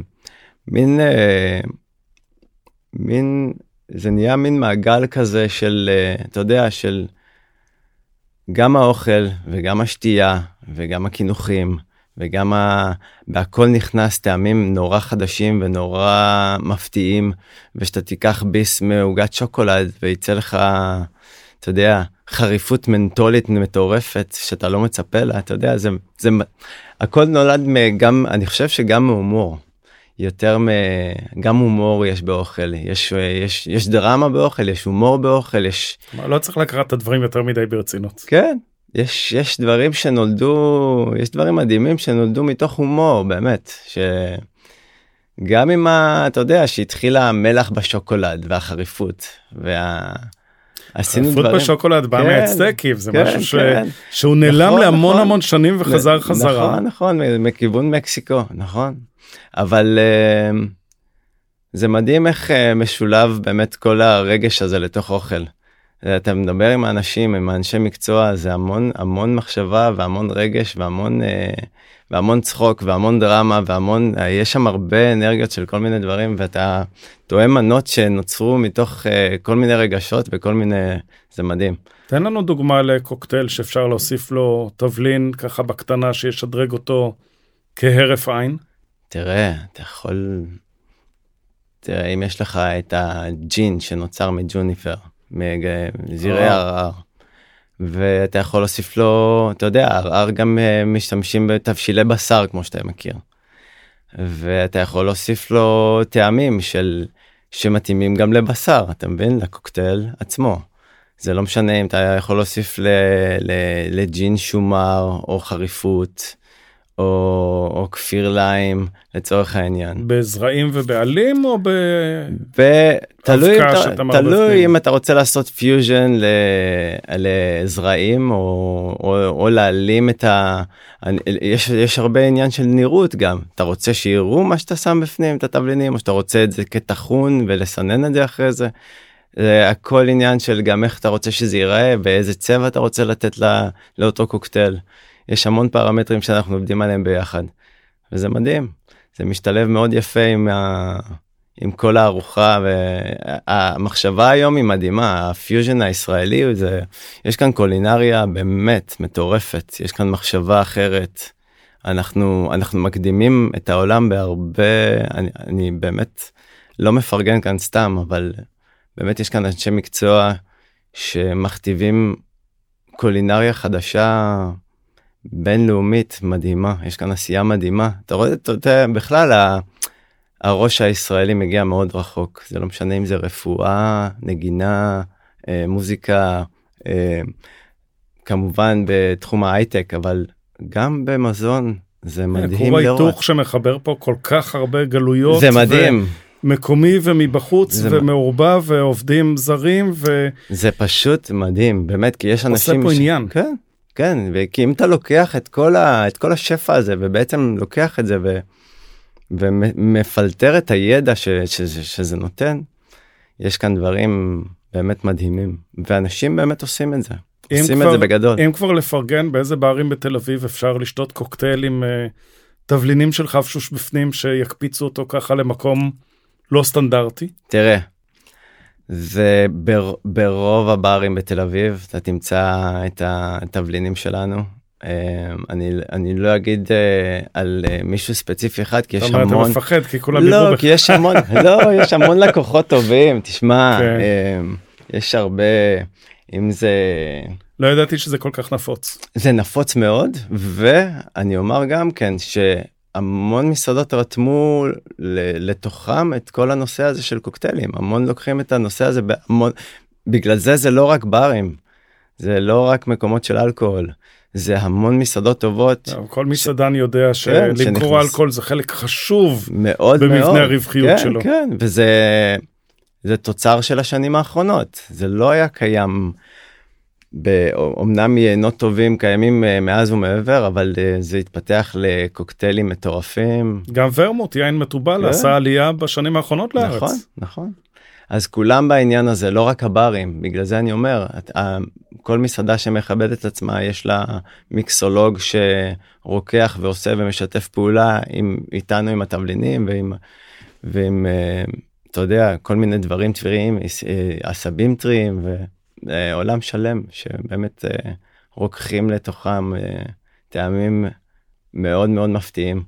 זה נהיה מין מעגל כזה של, אתה יודע, של גם האוכל וגם השתייה וגם הכינוחים וגם בהכל נכנס טעמים נורא חדשים ונורא מפתיעים, ושאתה תיקח ביס מעוגת שוקולד ויצא לך, אתה יודע, חריפות מנטולית מטורפת שאתה לא מצפה לה, אתה יודע, זה הכל נולד גם, אני חושב שגם מהומור. גם הומור יש באוכל, יש דרמה באוכל, יש הומור באוכל, לא צריך לקראת את הדברים יותר מדי ברצינות. כן, יש דברים שנולדו, יש דברים מדהימים שנולדו מתוך הומור, באמת, שגם עם אתה יודע, שהתחילה המלח בשוקולד והחריפות, חריפות בשוקולד בא מהצטקים, זה משהו שהוא נעלם להמון שנים וחזר חזרה. נכון, מכיוון מקסיקו, נכון. אבל זה מדהים איך משולב באמת כל הרגש הזה לתוך אוכל. אתה מדבר עם האנשים, עם האנשי מקצוע, זה המון מחשבה והמון רגש והמון צחוק והמון דרמה יש שם הרבה אנרגיות של כל מיני דברים, ואתה תואם מנות שנוצרו מתוך כל מיני רגשות וכל מיני, זה מדהים. תן לנו דוגמה לקוקטייל שאפשר להוסיף לו תבלין ככה בקטנה שישדרג אותו כהרף עין. תראה, אתה יכול, אם יש לך את הג'ין שנוצר מג'וניפר, מזירי הרער, ואתה יכול להוסיף לו, אתה יודע, הרער גם משתמשים בתבשילי בשר, כמו שאתה מכיר, ואתה יכול להוסיף לו טעמים שמתאימים גם לבשר, אתה מבין? לקוקטייל עצמו. זה לא משנה אם אתה יכול להוסיף לג'ין שומר, או חריפות, או כפיר ליים לצורך העניין. בזרעים ובעלים או תלוי אם אתה רוצה לעשות פיוז'ן לזרעים או להעלים את יש הרבה עניין של נראות גם. אתה רוצה שיראו מה שאתה שם בפנים, את התבלינים, או שאתה רוצה את זה כתחון ולסנן את זה אחרי זה. זה הכל עניין של גם איך אתה רוצה שזה ייראה, ואיזה צבע אתה רוצה לתת לאותו קוקטייל. יש המון פרמטרים שאנחנו עובדים עליהם ביחד, וזה מדהים. זה משתלב מאוד יפה עם כל הארוחה, והמחשבה היום היא מדהימה. הפיוז'ן הישראלי, יש כאן קולינריה באמת מטורפת, יש כאן מחשבה אחרת. אנחנו מקדימים את העולם בהרבה, אני באמת לא מפרגן כאן סתם, אבל באמת יש כאן אנשי מקצוע שמכתיבים קולינריה חדשה, בינלאומית מדהימה. יש כאן עשייה מדהימה. אתה רואה, בכלל הראש הישראלי מגיע מאוד רחוק. זה לא משנה אם זה רפואה, נגינה, מוזיקה, כמובן בתחום ההייטק, אבל גם במזון זה מדהים. כור ההיתוך שמחבר פה כל כך הרבה גלויות. זה מדהים. מקומי ומבחוץ ומעורבב ועובדים זרים זה פשוט מדהים, באמת, כי יש אנשים... עושה פה עניין. כן. כן, וכי אם אתה לוקח את כל השפע הזה, ובעצם לוקח את זה, ומפלטר את הידע שזה נותן, יש כאן דברים באמת מדהימים, ואנשים באמת עושים את זה. עושים את זה בגדול. אם כבר לפרגן, באיזה בערים בתל אביב אפשר לשתות קוקטייל עם תבלינים של חפשוש בפנים, שיקפיצו אותו ככה למקום לא סטנדרטי? תראה, זה ברוב הברים בתל אביב, אתה תמצא את התבלינים שלנו. אני לא אגיד על מישהו ספציפי אחד, כי יש המון... אתה מפחד, כי כולם יראו לא, כי יש המון, יש המון לקוחות טובים, תשמע, יש הרבה, אם זה... לא ידעתי שזה כל כך נפוץ. זה נפוץ מאוד, ואני אומר גם כן, המון מסעדות רתמו לתוכם את כל הנושא הזה של קוקטיילים. המון לוקחים את הנושא הזה, בגלל זה לא רק ברים, זה לא רק מקומות של אלכוהול, זה המון מסעדות טובות. כל מסעדן יודע שלמכור אלכוהול זה חלק חשוב מאוד במבנה הרווחיות שלו. כן, וזה תוצר של השנים האחרונות. זה לא היה קיים, אומנם יינות טובים קיימים מאז ומעבר, אבל זה התפתח לקוקטיילים מטורפים. גם ורמוט, יין מטובל, עשה עלייה בשנים האחרונות לארץ. נכון, נכון. אז כולם בעניין הזה, לא רק הברים, בגלל זה אני אומר, כל מסעדה שמכבד את עצמה, יש לה מיקסולוג שרוקח ועושה ומשתף פעולה איתנו, עם התבלינים, ועם, אתה יודע, כל מיני דברים טבעיים, עשבים טריים, ועולם שלם, שבאמת רוקחים לתוכם טעמים מאוד מאוד מפתיעים.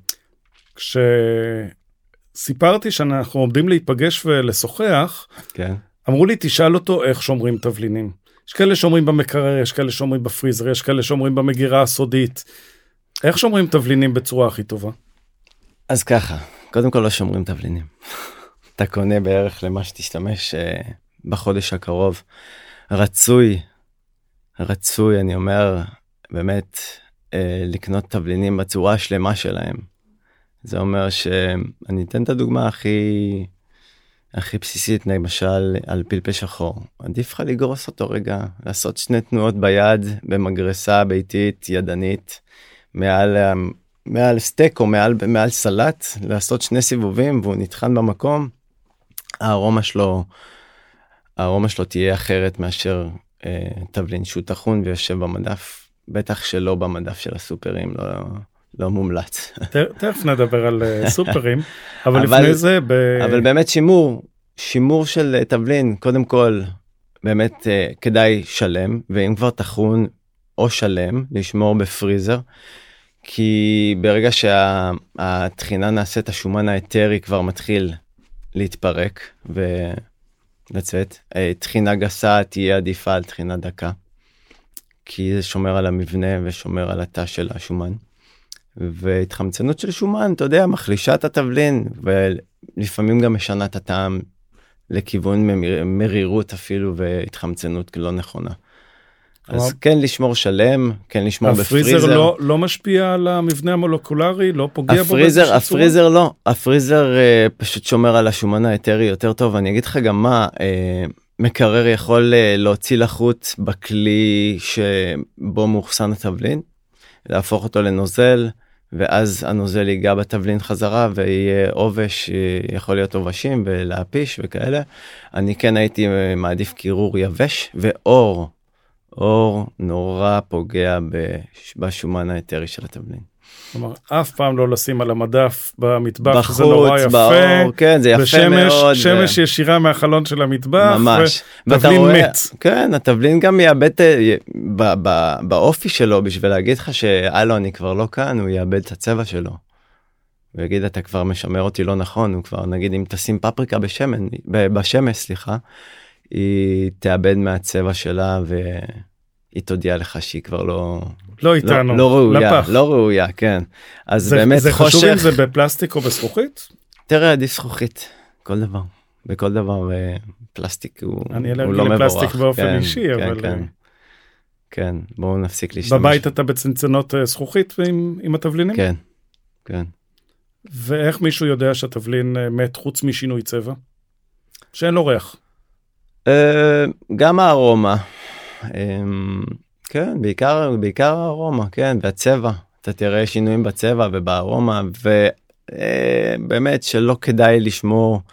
סיפרתי שאנחנו עומדים להיפגש ולשוחח, כן. אמרו לי, תשאל אותו איך שומרים תבלינים. יש כאלה שומרים במקרר, יש כאלה שומרים בפריזר, יש כאלה שומרים במגירה הסודית. איך שומרים תבלינים בצורה הכי טובה? אז ככה, קודם כל לא שומרים תבלינים. אתה קונה בערך למה שתשתמש בחודש הקרוב. רצוי, אני אומר, באמת, לקנות תבלינים בצורה השלמה שלהם. זה אומר שאני אתן את הדוגמה הכי בסיסית, למשל על פלפל שחור. עדיף לך לגרוס אותו רגע, לעשות 2 תנועות ביד, במגרסה ביתית, ידנית, מעל סטייק או מעל סלט, לעשות 2 סיבובים, והוא נטחן במקום. הארומה שלו תהיה אחרת מאשר תבלין שהוא טחון ויושב במדף, בטח שלא במדף של הסופרים, לא מומלץ. תכף נדבר על סופרים, אבל לפני זה... אבל באמת שימור של תבלין, קודם כל, באמת כדאי שלם, ואם כבר טחון או שלם, לשמור בפריזר, כי ברגע שהתחינה נעשית, השומן האתרי כבר מתחיל להתפרק ולצאת. תחינה גסה תהיה עדיפה על תחינה דקה, כי זה שומר על המבנה ושומר על התא של השומן. והתחמצנות של שומן, אתה יודע, מחלישה את התבלין, ולפעמים גם משנה את הטעם לכיוון מרירות אפילו, והתחמצנות לא נכונה. אז כן לשמור שלם, כן לשמור בפריזר. הפריזר לא משפיע על המבנה המולקולרי, לא פוגע בו? הפריזר לא, הפריזר פשוט שומר על השומן האתרי יותר טוב. אני אגיד לך גם מה, מקרר יכול להוציא לחוץ בכלי שבו מאוחסן התבלין, להפוך אותו לנוזל, ואז הנוזל ייגע בתבלין חזרה, ויהיה עובש, יכול להיות עובשים ולהפיש וכאלה. אני כן הייתי מעדיף קירור יבש, ואור, אור נורא פוגע בשומן האתרי של התבלין. כלומר, אף פעם לא לשים על המדף במטבח, בחוץ, זה נורא יפה. באור, כן, זה יפה מאוד. שמש ישירה מהחלון של המטבח, ממש. ותבלין מת. כן, התבלין גם יאבד באופי שלו, בשביל להגיד לך שאלו, אני כבר לא כאן, הוא יאבד את הצבע שלו. הוא יגיד, אתה כבר משמר אותי לא נכון, הוא כבר, נגיד, אם תשים פפריקה בשמש, היא תאבד מהצבע שלה, והיא תודיע לך שהיא כבר לא איתנו, לא ראויה, לפח. לא ראויה, כן. אז זה, באמת זה חושך. חשוב אם זה בפלסטיק או בזכוכית? תראה, עדיף זכוכית, כל דבר. בכל דבר פלסטיק הוא לא מבורך. אני אלרגי לפלסטיק באופן אישי, כן, אבל... כן. כן, בואו נפסיק להשתמש. בבית אתה בצנצנות זכוכית עם התבלינים? כן, כן. ואיך מישהו יודע שהתבלין מת חוץ משינוי צבע? שאין לו ריח. גם הארומה. כן, בעיקר הארומה, כן, והצבע. אתה תראה שינויים בצבע ובארומה, ובאמת שלא כדאי לשמור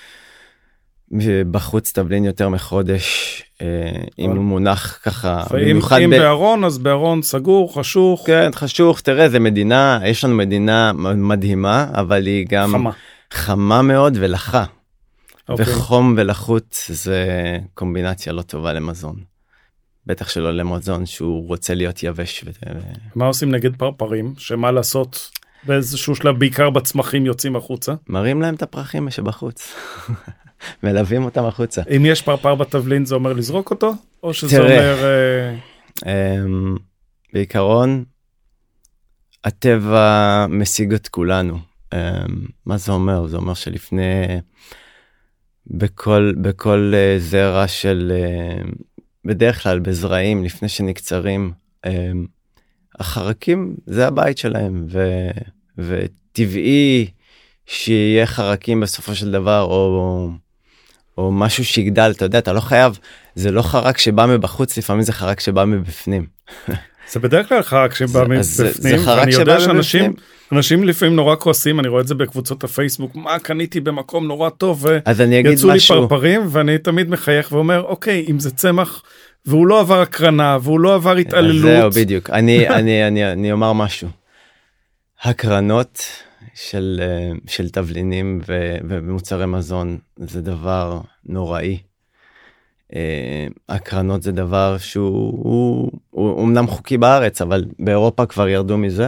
בחוץ תבלין יותר מחודש, אם הוא מונח ככה. אם בארון, אז בארון סגור, חשוך. כן, חשוך, תראה, זה מדינה, יש לנו מדינה מדהימה, אבל היא גם חמה מאוד ולחה. וחום ולחות זה קומבינציה לא טובה למזון. בטח שלא למזון שהוא רוצה להיות יבש. מה עושים נגד פרפרים? שמה לעשות באיזשהו שלב, בעיקר בצמחים יוצאים החוצה? מראים להם את הפרחים שבחוץ. מלווים אותם החוצה. אם יש פרפר בתבלין זה אומר לזרוק אותו? או שזה אומר... בעיקרון, הטבע משיג את כולנו. מה זה אומר? זה אומר שלפני... בכל זרע של... בדרך כלל בזרעים, לפני שנקצרים, החרקים זה הבית שלהם, וטבעי שיהיה חרקים בסופו של דבר, או משהו שיגדל, אתה יודע, אתה לא חייב, זה לא חרק שבא מבחוץ, לפעמים זה חרק שבא מבפנים. זה בדרך כלל חרק שבא מבפנים, ואני יודע שאנשים לפעמים נורא כועסים, אני רואה את זה בקבוצות הפייסבוק, מה קניתי במקום נורא טוב, ויצאו לי פרפרים, ואני תמיד מחייך ואומר, אוקיי, אם זה צמח, והוא לא עבר הקרנה, והוא לא עבר התעללות. זהו, בדיוק. אני אומר משהו. הקרנות של תבלינים ומוצרי מזון, זה דבר נוראי. הקרנות זה דבר שהוא אומנם חוקי בארץ, אבל באירופה כבר ירדו מזה.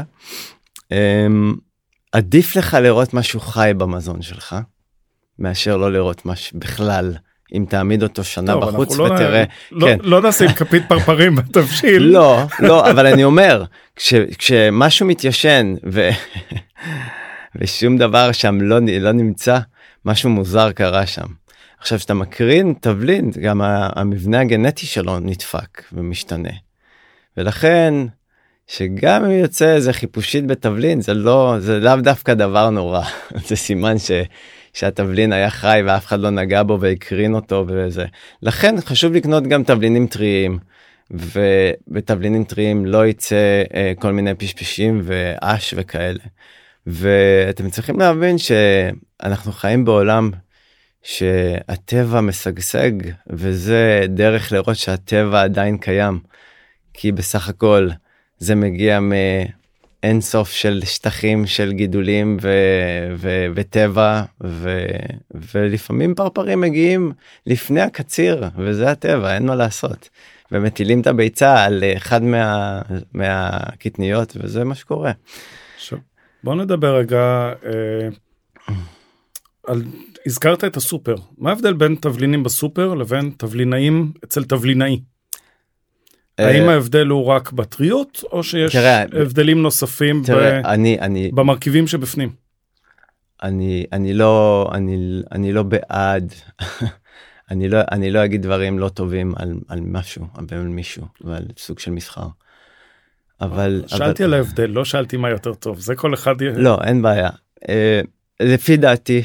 עדיף לך לראות משהו חי במזון שלך, מאשר לא לראות משהו בכלל. אם תעמיד אותו שנה בחוץ ותראה... לא נשים כפית פרפרים בתבשיל. לא, אבל אני אומר, כשמשהו מתיישן ושום דבר שם לא נמצא, משהו מוזר קרה שם. עכשיו, שאתה מקרין תבלין, גם המבנה הגנטי שלו נדפק ומשתנה. ולכן, שגם אם יוצא איזה חיפושית בתבלין, זה לאו דווקא דבר נורא. זה סימן שהתבלין היה חי ואף אחד לא נגע בו והקרין אותו וזה. לכן חשוב לקנות גם תבלינים טריים, ובתבלינים טריים לא יצא כל מיני פשפשים ואש וכאלה. ואתם צריכים להבין שאנחנו חיים בעולם שהטבע משגשג, וזה דרך לראות שהטבע עדיין קיים. כי בסך הכל זה מגיע מאין סוף של שטחים של גידולים וטבע, ולפעמים פרפרים מגיעים לפני הקציר, וזה הטבע, אין מה לעשות. ומטילים את הביצה על אחד מהקטניות, וזה מה שקורה. בוא נדבר רגע הזכרת את הסופר. מה ההבדל בין תבלינים בסופר לבין תבלינאים אצל תבלינאי? האם ההבדל הוא רק בטריות, או שיש הבדלים נוספים במרכיבים שבפנים? אני לא בעד אני לא אגיד דברים לא טובים על משהו, על מישהו, ועל סוג של מסחר. שאלתי על ההבדל, לא שאלתי מה יותר טוב, זה כל אחד... לא, אין בעיה. לפי דעתי,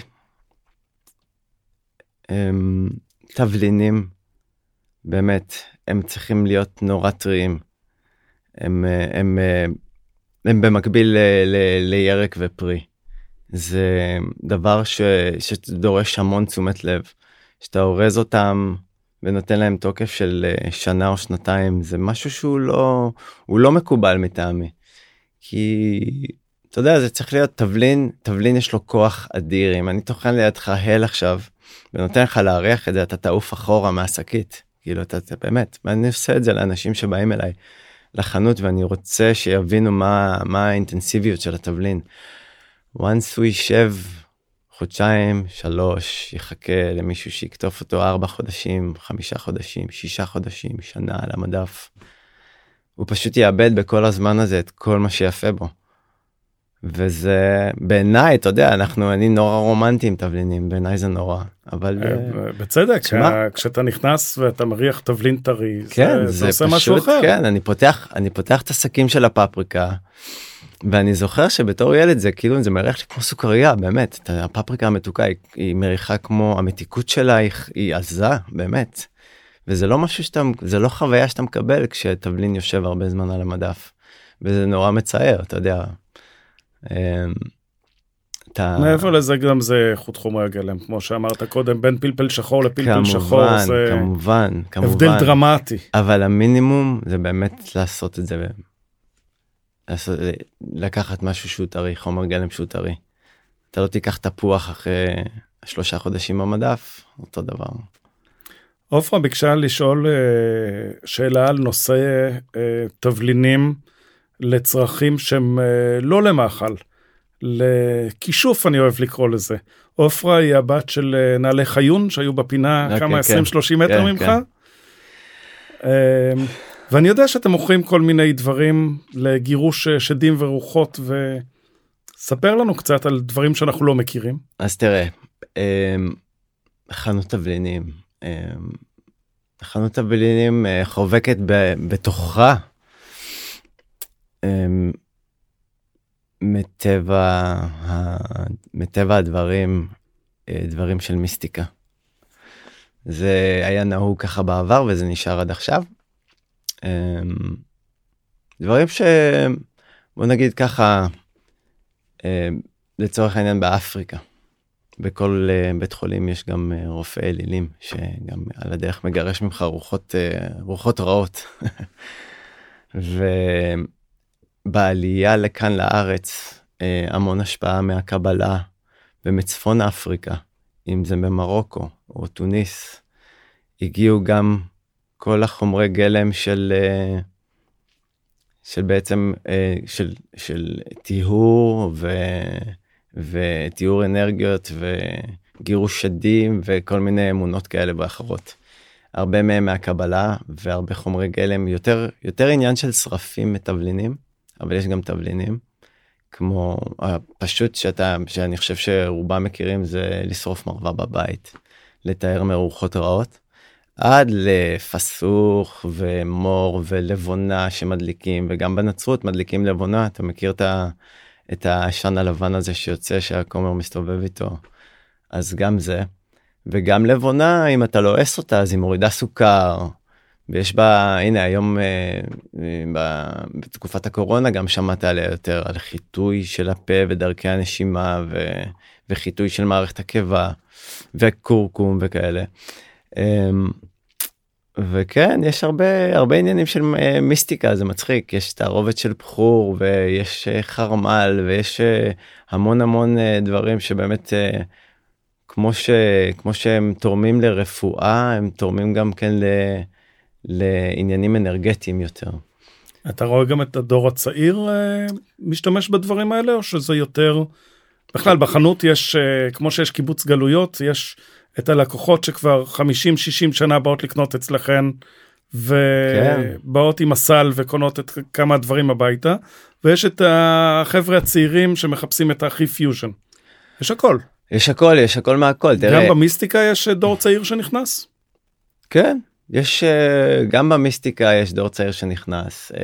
תבלינים, באמת, הם צריכים להיות נורא טריים. הם במקביל לירק ופרי. זה דבר שדורש המון תשומת לב. שאתה אורז אותם ונותן להם תוקף של שנה או שנתיים, זה משהו שהוא לא מקובל מטעמי. כי, אתה יודע, זה צריך להיות תבלין יש לו כוח אדיר. אם אני טוחן לידך הל עכשיו, ונותן לך להריח את זה, אתה תעוף אחורה מהשקית. כאילו, אתה באמת, ואני עושה את זה לאנשים שבאים אליי לחנות, ואני רוצה שיבינו מה האינטנסיביות של התבלין. once הוא יישב חודשיים, 3, יחכה למישהו שיקטוף אותו 4 חודשים, 5 חודשים, 6 חודשים, שנה על המדף. הוא פשוט יאבד בכל הזמן הזה את כל מה שיפה בו. וזה בעיניי, אתה יודע, אני נורא רומנטי עם תבלינים, בעיניי זה נורא, אבל... בצדק, כשאתה נכנס ואתה מריח תבלין טרי, כן, זה עושה משהו אחר. כן, אני פותח את השקים של הפפריקה, ואני זוכר שבתור ילד זה כאילו, זה מריח לי כמו סוכריה, באמת, הפפריקה המתוקה היא מריחה כמו, המתיקות שלה היא עזה, באמת. וזה לא משהו זה לא חוויה שאתה מקבל כשתבלין יושב הרבה זמן על המדף, וזה נורא מצער, אתה יודע. מעבר לזה גם זה איכות חומרי הגלם, כמו שאמרת קודם, בין פלפל שחור לפלפל שחור, זה כמובן, הבדל דרמטי. אבל המינימום זה באמת לעשות את זה, לקחת משהו שהוא טרי, חומר גלם שהוא טרי. אתה לא תיקח תפוח אחרי 3 חודשים במדף, אותו דבר. עופרה ביקשה לשאול שאלה על נושא תבלינים לצרכים שהם לא למאכל, לכישוף אני אוהב לקרוא לזה. עופרה היא הבת של נעלי חיון שהיו בפינה כמה 20-30 מטר ממך. ואני יודע שאתם מוכרים כל מיני דברים לגירוש שדים ורוחות, וספר לנו קצת על דברים שאנחנו לא מכירים. אז תראה, חנות תבלינים חובקת בתוכה מטבע הדברים, דברים של מיסטיקה. זה היה נהוג ככה בעבר וזה נשאר עד עכשיו. דברים בוא נגיד ככה, לצורך העניין באפריקה, בכל בית חולים יש גם רופא אלילים, שגם על הדרך מגרש ממך רוחות רעות. ובעלייה לכאן לארץ, המון השפעה מהקבלה, ומצפון אפריקה, אם זה במרוקו או טוניס, הגיעו גם כל החומרי גלם של בעצם, של טיהור וטיהור אנרגיות וגירוש שדים וכל מיני אמונות כאלה ואחרות. הרבה מהם מהקבלה והרבה חומרי גלם, יותר עניין של שרפים מתבלינים, אבל יש גם תבלינים, כמו פשוט שאני חושב שרובם מכירים, זה לשרוף מרווה בבית, לתאר מרוחות רעות, עד לפסוך ומור ולבונה שמדליקים, וגם בנצרות מדליקים לבונה, אתה מכיר את העשן הלבן הזה שיוצא שהכומר מסתובב איתו, אז גם זה, וגם לבונה, אם אתה לועס אותה, אז היא מורידה סוכר, ויש בה, הנה היום בתקופת הקורונה גם שמעת עליה יותר, על חיטוי של הפה ודרכי הנשימה, וחיטוי של מערכת הקיבה, וקורקום וכאלה. וכן, יש הרבה עניינים של מיסטיקה, זה מצחיק, יש תערובת של בחור, ויש חרמל, ויש המון דברים שבאמת, כמו שהם תורמים לרפואה, הם תורמים גם כן לעניינים אנרגטיים יותר. אתה רואה גם את הדור הצעיר משתמש בדברים האלה, או שזה יותר, בכלל בחנות יש, כמו שיש קיבוץ גלויות, יש את הלקוחות שכבר 50-60 שנה באות לקנות אצלכן, ובאות עם הסל וקונות את כמה דברים הביתה, ויש את החבר'ה הצעירים שמחפשים את הכי פיוז'ן. יש הכל. יש הכל מהכל. גם במיסטיקה יש דור צעיר שנכנס? כן, יש, גם במיסטיקה יש דור צעיר שנכנס.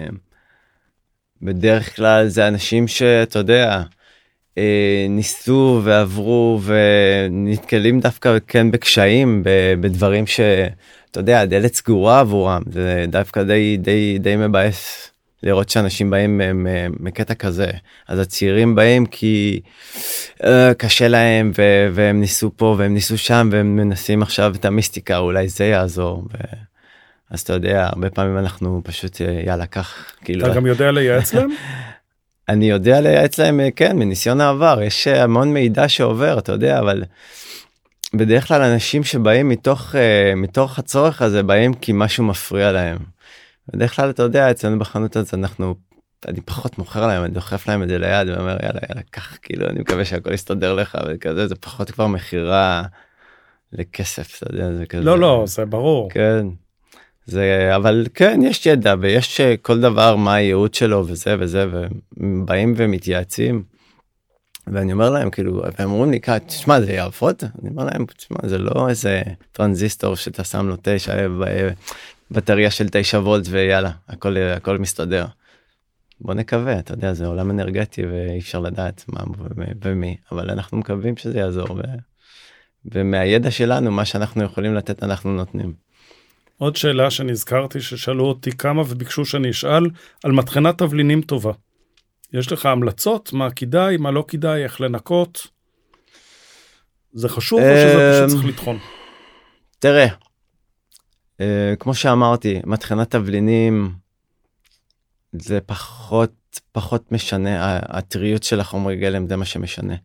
בדרך כלל זה אנשים שאתה יודע, ניסו ועברו ונתקלים דווקא כן בקשיים, בדברים שאתה יודע, הדלת סגורה עבורם. זה דווקא די מבאס לראות שאנשים באים מקטע כזה. אז הצעירים באים כי קשה להם והם ניסו פה והם ניסו שם והם מנסים עכשיו את המיסטיקה, אולי זה יעזור. אז אתה יודע, הרבה פעמים אנחנו פשוט יאללה כך. אתה גם יודע לייעץ להם? אני יודע לייעץ להם, כן, מניסיון העבר. יש המון מידע שעובר, אתה יודע, אבל בדרך כלל אנשים שבאים מתוך הצורך הזה, באים כי משהו מפריע להם. בדרך כלל אתה יודע, אצלנו בחנות הזאת אני פחות מוכר להם, אני דוחף להם את זה ליד ואומר יאללה כך, כאילו אני מקווה שהכל יסתדר לך וכזה, זה פחות כבר מחירה לכסף, אתה יודע, זה כזה. לא, זה ברור. כן, אבל כן, יש ידע ויש כל דבר מה הייעוד שלו וזה, ובאים ומתייעצים, ואני אומר להם כאילו, והם אומרים לי, תשמע זה יעבוד? אני אומר להם, תשמע זה לא איזה טרנזיסטור שאתה שם לו 9, בטריה של 9 וולט ויאללה, הכל מסתדר. בוא נקווה, אתה יודע, זה עולם אנרגטי ואי אפשר לדעת מה ומי, אבל אנחנו מקווים שזה יעזור, ומהידע שלנו, מה שאנחנו יכולים לתת, אנחנו נותנים. עוד שאלה שנזכרתי, ששאלו אותי כמה וביקשו שאני אשאל, על מטחנת תבלינים טובה. יש לך המלצות? מה כדאי, מה לא כדאי, איך לנקות? זה חשוב או שזה פשוט צריך לטחון? תראה, כמו שאמרתי, מטחנת תבלינים זה פחות משנה, הטריות של החומרי גלם זה מה שמשנה.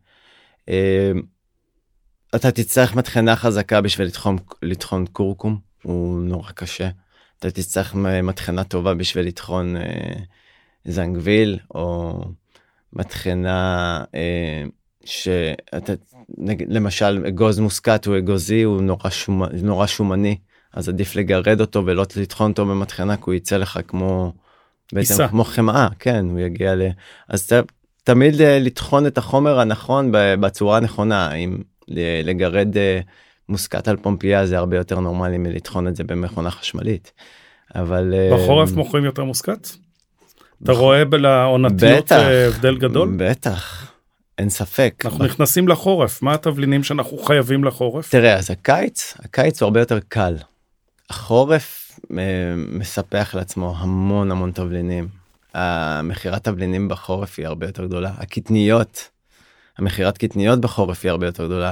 אתה תצטרך מטחנה חזקה בשביל לטחון קורקום, הוא נורא קשה. אתה תצטרך מטחנה טובה בשביל לטחון זנגוויל, או מטחנה שאתה, למשל אגוז מוסקט הוא אגוזי, הוא נורא שומני, אז עדיף לגרד אותו ולא לטחון אותו במטחנה, כי הוא יצא לך כמו חמאה, כן, הוא יגיע אז תמיד לטחון את החומר הנכון בצורה הנכונה, אם לגרד מוסקט על פומפייה זה הרבה יותר נורמלי מלטחון את זה במכונה חשמלית. אבל בחורף מוכרים יותר מוסקט? אתה רואה בעונתיות הבדל גדול? בטח, אין ספק. אנחנו נכנסים לחורף, מה התבלינים שאנחנו חייבים לחורף? תראה, אז הקיץ הוא הרבה יותר קל. החורף מספח לעצמו המון תבלינים. המחירת תבלינים בחורף היא הרבה יותר גדולה. המחירת קטניות בחורף היא הרבה יותר גדולה.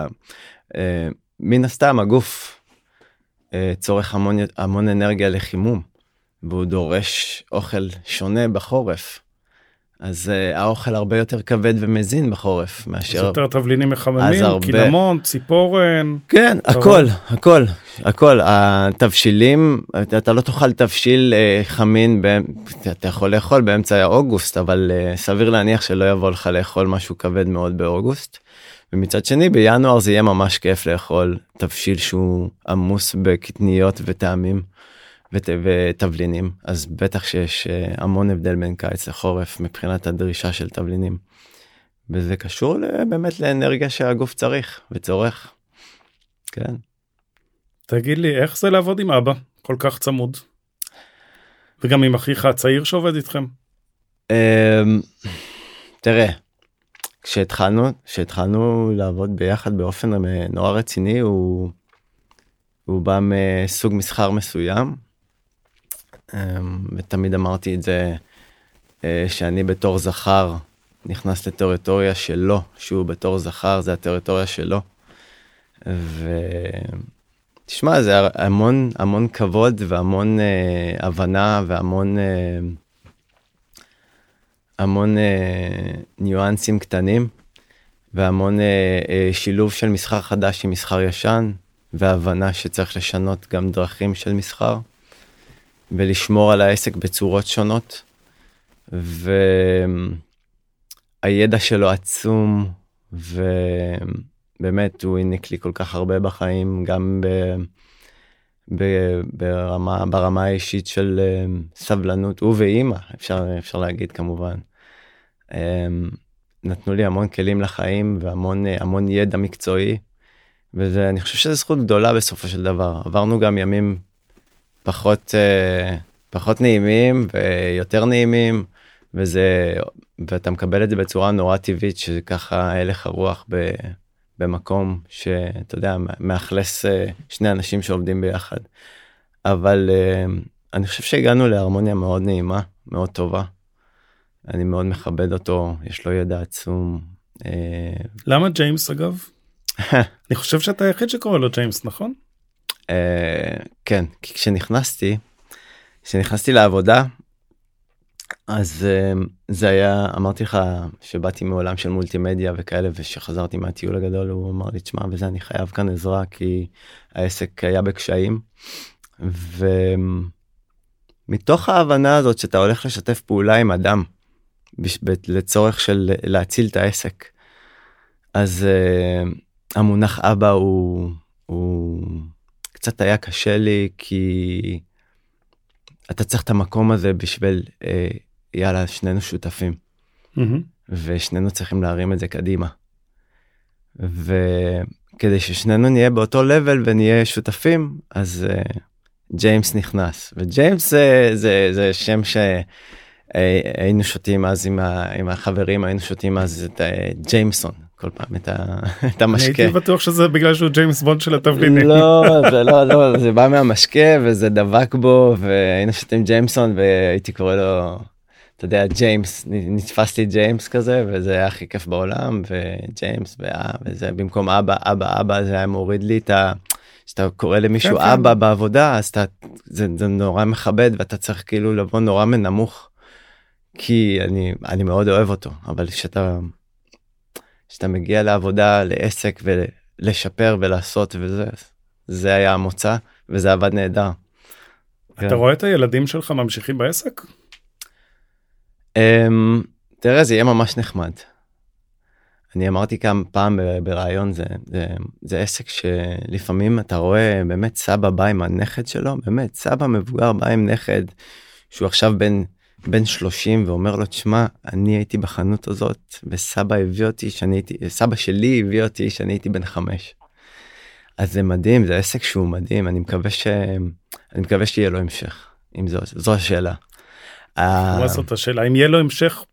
מן הסתם הגוף צורך המון אנרגיה לחימום, והוא דורש אוכל שונה בחורף. אז האוכל הרבה יותר כבד ומזין בחורף מאשר... אז יותר תבלינים מחממים, קינמון, ציפורן... כן, הכל. התבשילים, אתה לא תאכל תבשיל חמין, אתה יכול לאכול באמצע אוגוסט, אבל סביר להניח שלא יבוא לך לאכול משהו כבד מאוד באוגוסט. ומצד שני, בינואר זה יהיה ממש כיף לאכול תבשיל שהוא עמוס בקטניות וטעמים. ותבלינים, אז בטח שיש המון הבדל בין קיץ לחורף מבחינת הדרישה של תבלינים, וזה קשור באמת לאנרגיה שהגוף צריך וצורך. כן. תגיד לי, איך זה לעבוד עם אבא כל כך צמוד? וגם עם אחיך הצעיר שעובד איתכם? תראה, כשהתחלנו לעבוד ביחד באופן נורא רציני, הוא בא מסוג מסחר מסוים, ותמיד אמרתי את זה, שאני בתור זכר נכנס לטריטוריה שלו, שהוא בתור זכר זה הטריטוריה שלו, ותשמע, זה המון כבוד והמון הבנה והמון ניואנסים קטנים, והמון שילוב של מסחר חדש עם מסחר ישן, והבנה שצריך לשנות גם דרכים של מסחר, ולשמור על העסק בצורות שונות, והידע שלו עצום, ובאמת הוא העניק לי כל כך הרבה בחיים, גם ברמה האישית של סבלנות, הוא ואימא, אפשר להגיד כמובן. נתנו לי המון כלים לחיים, והמון ידע מקצועי, וזה, אני חושב שזו זכות גדולה בסופו של דבר. עברנו גם ימים פחות נעימים ויותר נעימים, ואתה מקבל את זה בצורה נורא טבעית, שככה הלך הרוח במקום שאתה יודע, מאכלס שני אנשים שעובדים ביחד. אבל אני חושב שהגענו להרמוניה מאוד נעימה, מאוד טובה. אני מאוד מכבד אותו, יש לו ידע עצום. למה ג'יימס אגב? אני חושב שאתה היחיד שקורא לו ג'יימס, נכון? כן, כי כשנכנסתי לעבודה, אז זה היה, אמרתי לך שבאתי מעולם של מולטימדיה וכאלה, ושחזרתי מהטיול הגדול, הוא אמר לי, תשמע, וזה אני חייב כאן עזרה, כי העסק היה בקשיים, ומתוך ההבנה הזאת שאתה הולך לשתף פעולה עם אדם, לצורך של להציל את העסק, אז המונח אבא הוא קצת היה קשה לי, כי אתה צריך את המקום הזה בשביל, יאללה, שנינו שותפים. ושנינו צריכים להרים את זה קדימה. וכדי ששנינו נהיה באותו לבל ונהיה שותפים, אז ג'יימס נכנס. וג'יימס זה שם שהיינו שותים אז עם החברים, היינו שותים אז את ג'יימסון. כל פעם את המשקה. הייתי בטוח שזה בגלל שהוא ג'יימס בונד של התבלינים. לא, זה בא מהמשקה וזה דבק בו, והיינו שותים ג'יימסון והייתי קורא לו, אתה יודע, ג'יימס, נתפסתי ג'יימס כזה, וזה היה הכי כיף בעולם, וג'יימס וזה במקום אבא, זה היה מוריד לי שאתה קורא למישהו אבא בעבודה, אז זה נורא מכבד, ואתה צריך כאילו לבוא נורא מנמוך, כי אני מאוד אוהב אותו, אבל שאתה מגיע לעבודה, לעסק ולשפר ולעשות וזה, זה היה המוצא וזה עבד נהדר. אתה רואה את הילדים שלך ממשיכים בעסק? תראה, זה יהיה ממש נחמד. אני אמרתי כמה פעם ברעיון, זה עסק שלפעמים אתה רואה באמת סבא בא עם הנכד שלו, באמת סבא מבוגר בא עם נכד, שהוא עכשיו בן 30 ואומר לו, תשמע, אני הייתי בחנות הזאת וסבא הביא אותי סבא שלי הביא אותי שאני הייתי בן 5. אז זה מדהים, זה עסק שהוא מדהים, אני מקווה שיהיה לו המשך, אם זו השאלה. מה זאת השאלה, אם יהיה לו המשך?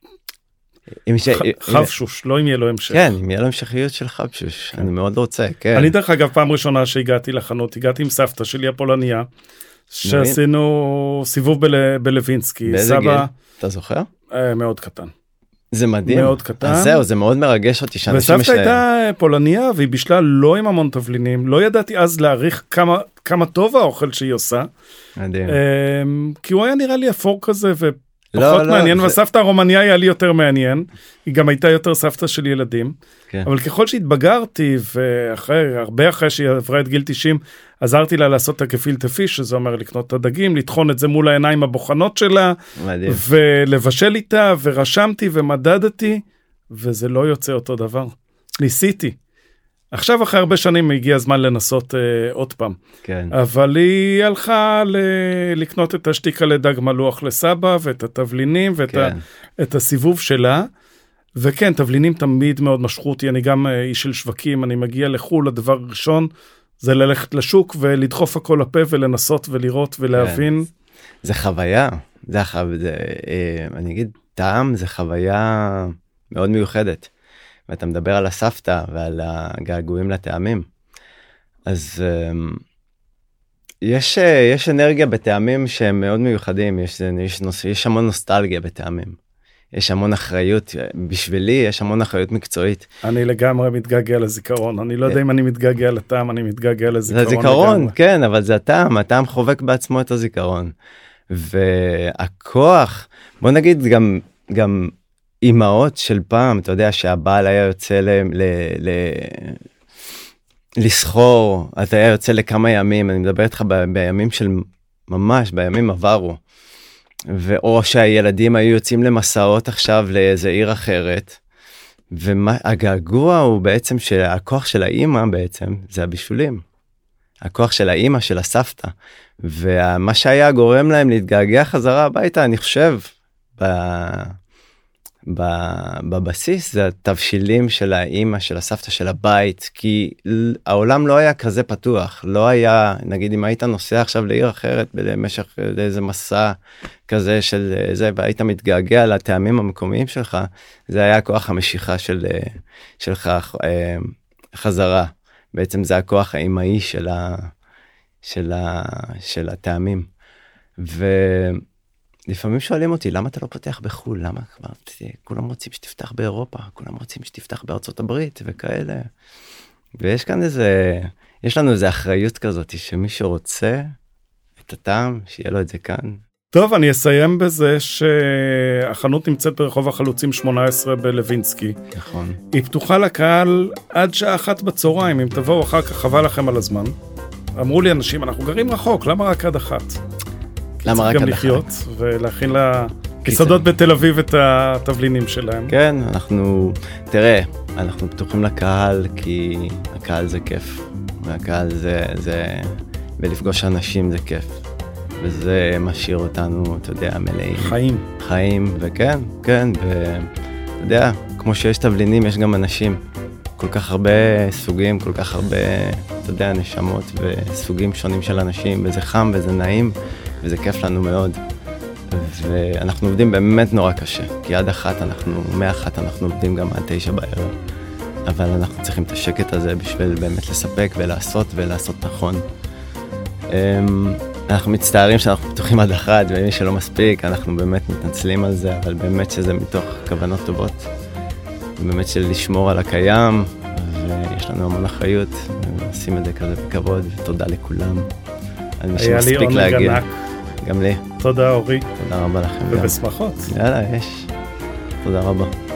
חבשוש, לא אם יהיה לו המשך. כן, אם יהיה לו המשכיות של חבשוש, אני מאוד רוצה, כן. אני דרך אגב פעם ראשונה שהגעתי לחנות, הגעתי עם סבתא שלי הפולניה, שעשינו סיבוב בלווינסקי. באיזה גיל? אתה זוכר? מאוד קטן. זה מדהים. מאוד קטן. אז זהו, זה מאוד מרגש אותי שאנשים וסבתא הייתה פולניה, והיא בישלה לא עם המון תבלינים, לא ידעתי אז להעריך כמה טוב האוכל שהיא עושה. מדהים. כי הוא היה נראה לי אפור כזה, ופחות מעניין, והסבתא הרומניה היה לי יותר מעניין, היא גם הייתה יותר סבתא של ילדים, אבל ככל שהתבגרתי, הרבה אחרי שהיא עברה את גיל 90, עזרתי לה לעשות את הגפילטה פיש, שזה אומר לקנות את הדגים, לטחון את זה מול העיניים הבוחנות שלה, ולבשל איתה, ורשמתי ומדדתי, וזה לא יוצא אותו דבר. ניסיתי. עכשיו אחרי הרבה שנים הגיע הזמן לנסות עוד פעם. כן. אבל היא הלכה לקנות את השתיקה לדג מלוח לסבא, ואת התבלינים, ואת הסיבוב שלה, וכן, תבלינים תמיד מאוד משכו אותי, אני גם איש של שווקים, אני מגיע לחול, הדבר הראשון, זה ללכת לשוק ולדחוף הכל לפה ולנסות ולראות ולהבין. זה חוויה, אני אגיד, טעם זה חוויה מאוד מיוחדת. ואתה מדבר על הסבתא ועל הגעגועים לטעמים. אז יש אנרגיה בטעמים שהם מאוד מיוחדים, יש המון נוסטלגיה בטעמים. יש המון אחריות, בשבילי יש המון אחריות מקצועית. אני לגמרי מתגעגע לזיכרון, אני לא יודע אם אני מתגעגע לטעם, אני מתגעגע לזיכרון. זה זיכרון, כן, אבל זה הטעם חובק בעצמו את הזיכרון. והכוח, בוא נגיד גם אימהות של פעם, אתה יודע שהבעל היה יוצא לסחור, אז היה יוצא לכמה ימים, אני מדבר איתך בימים של ממש, בימים עברו. או שהילדים היו יוצאים למסעות עכשיו לאיזה עיר אחרת, והגעגוע הוא בעצם שהכוח של האמא בעצם, זה הבישולים. הכוח של האמא, של הסבתא. ומה שהיה גורם להם להתגעגע חזרה הביתה, אני חושב, בבסיס זה התבשילים של האמא, של הסבתא, של הבית, כי העולם לא היה כזה פתוח, לא היה, נגיד אם היית נוסע עכשיו לעיר אחרת במשך איזה מסע כזה של זה, והיית מתגעגע לטעמים המקומיים שלך, זה היה כוח המשיכה שלך חזרה, בעצם זה הכוח האמאי של הטעמים, לפעמים שואלים אותי, למה אתה לא פותח בחול? למה? כולם רוצים שתפתח באירופה, כולם רוצים שתפתח בארצות הברית וכאלה. ויש כאן יש לנו איזה אחריות כזאת, שמי שרוצה את הטעם, שיהיה לו את זה כאן. טוב, אני אסיים בזה שהחנות נמצאת ברחוב החלוצים 18 בלווינסקי. נכון. היא פתוחה לקהל עד שעה 1 בצהריים, אם תבואו אחר כך, חבל לכם על הזמן. אמרו לי אנשים, אנחנו גרים רחוק, למה רק עד 1? למה רק גם עד לחיות ולהכין למסעדות בתל אביב את התבלינים שלהם. כן, אנחנו פתוחים לקהל כי הקהל זה כיף, והקהל זה ולפגוש אנשים זה כיף, וזה משאיר אותנו, אתה יודע, מלאים. חיים, וכן, ואתה יודע, כמו שיש תבלינים, יש גם אנשים. כל כך הרבה סוגים, כל כך הרבה, אתה יודע, נשמות וסוגים שונים של אנשים, וזה חם וזה נעים. וזה כיף לנו מאוד, ואנחנו עובדים באמת נורא קשה, כי עד 1 מ-1 אנחנו עובדים גם עד 9 בערב, אבל אנחנו צריכים את השקט הזה בשביל באמת לספק ולעשות נכון. אנחנו מצטערים שאנחנו פתוחים עד 1, ומי שלא מספיק, אנחנו באמת מתנצלים על זה, אבל באמת שזה מתוך כוונות טובות, באמת של לשמור על הקיים, ויש לנו המון אחריות, ועושים את זה כזה בכבוד, ותודה לכולם. היה לי עונג ענק. גם לי. תודה אורי. תודה רבה לכם. ובשמחות. יאללה, יש. תודה רבה.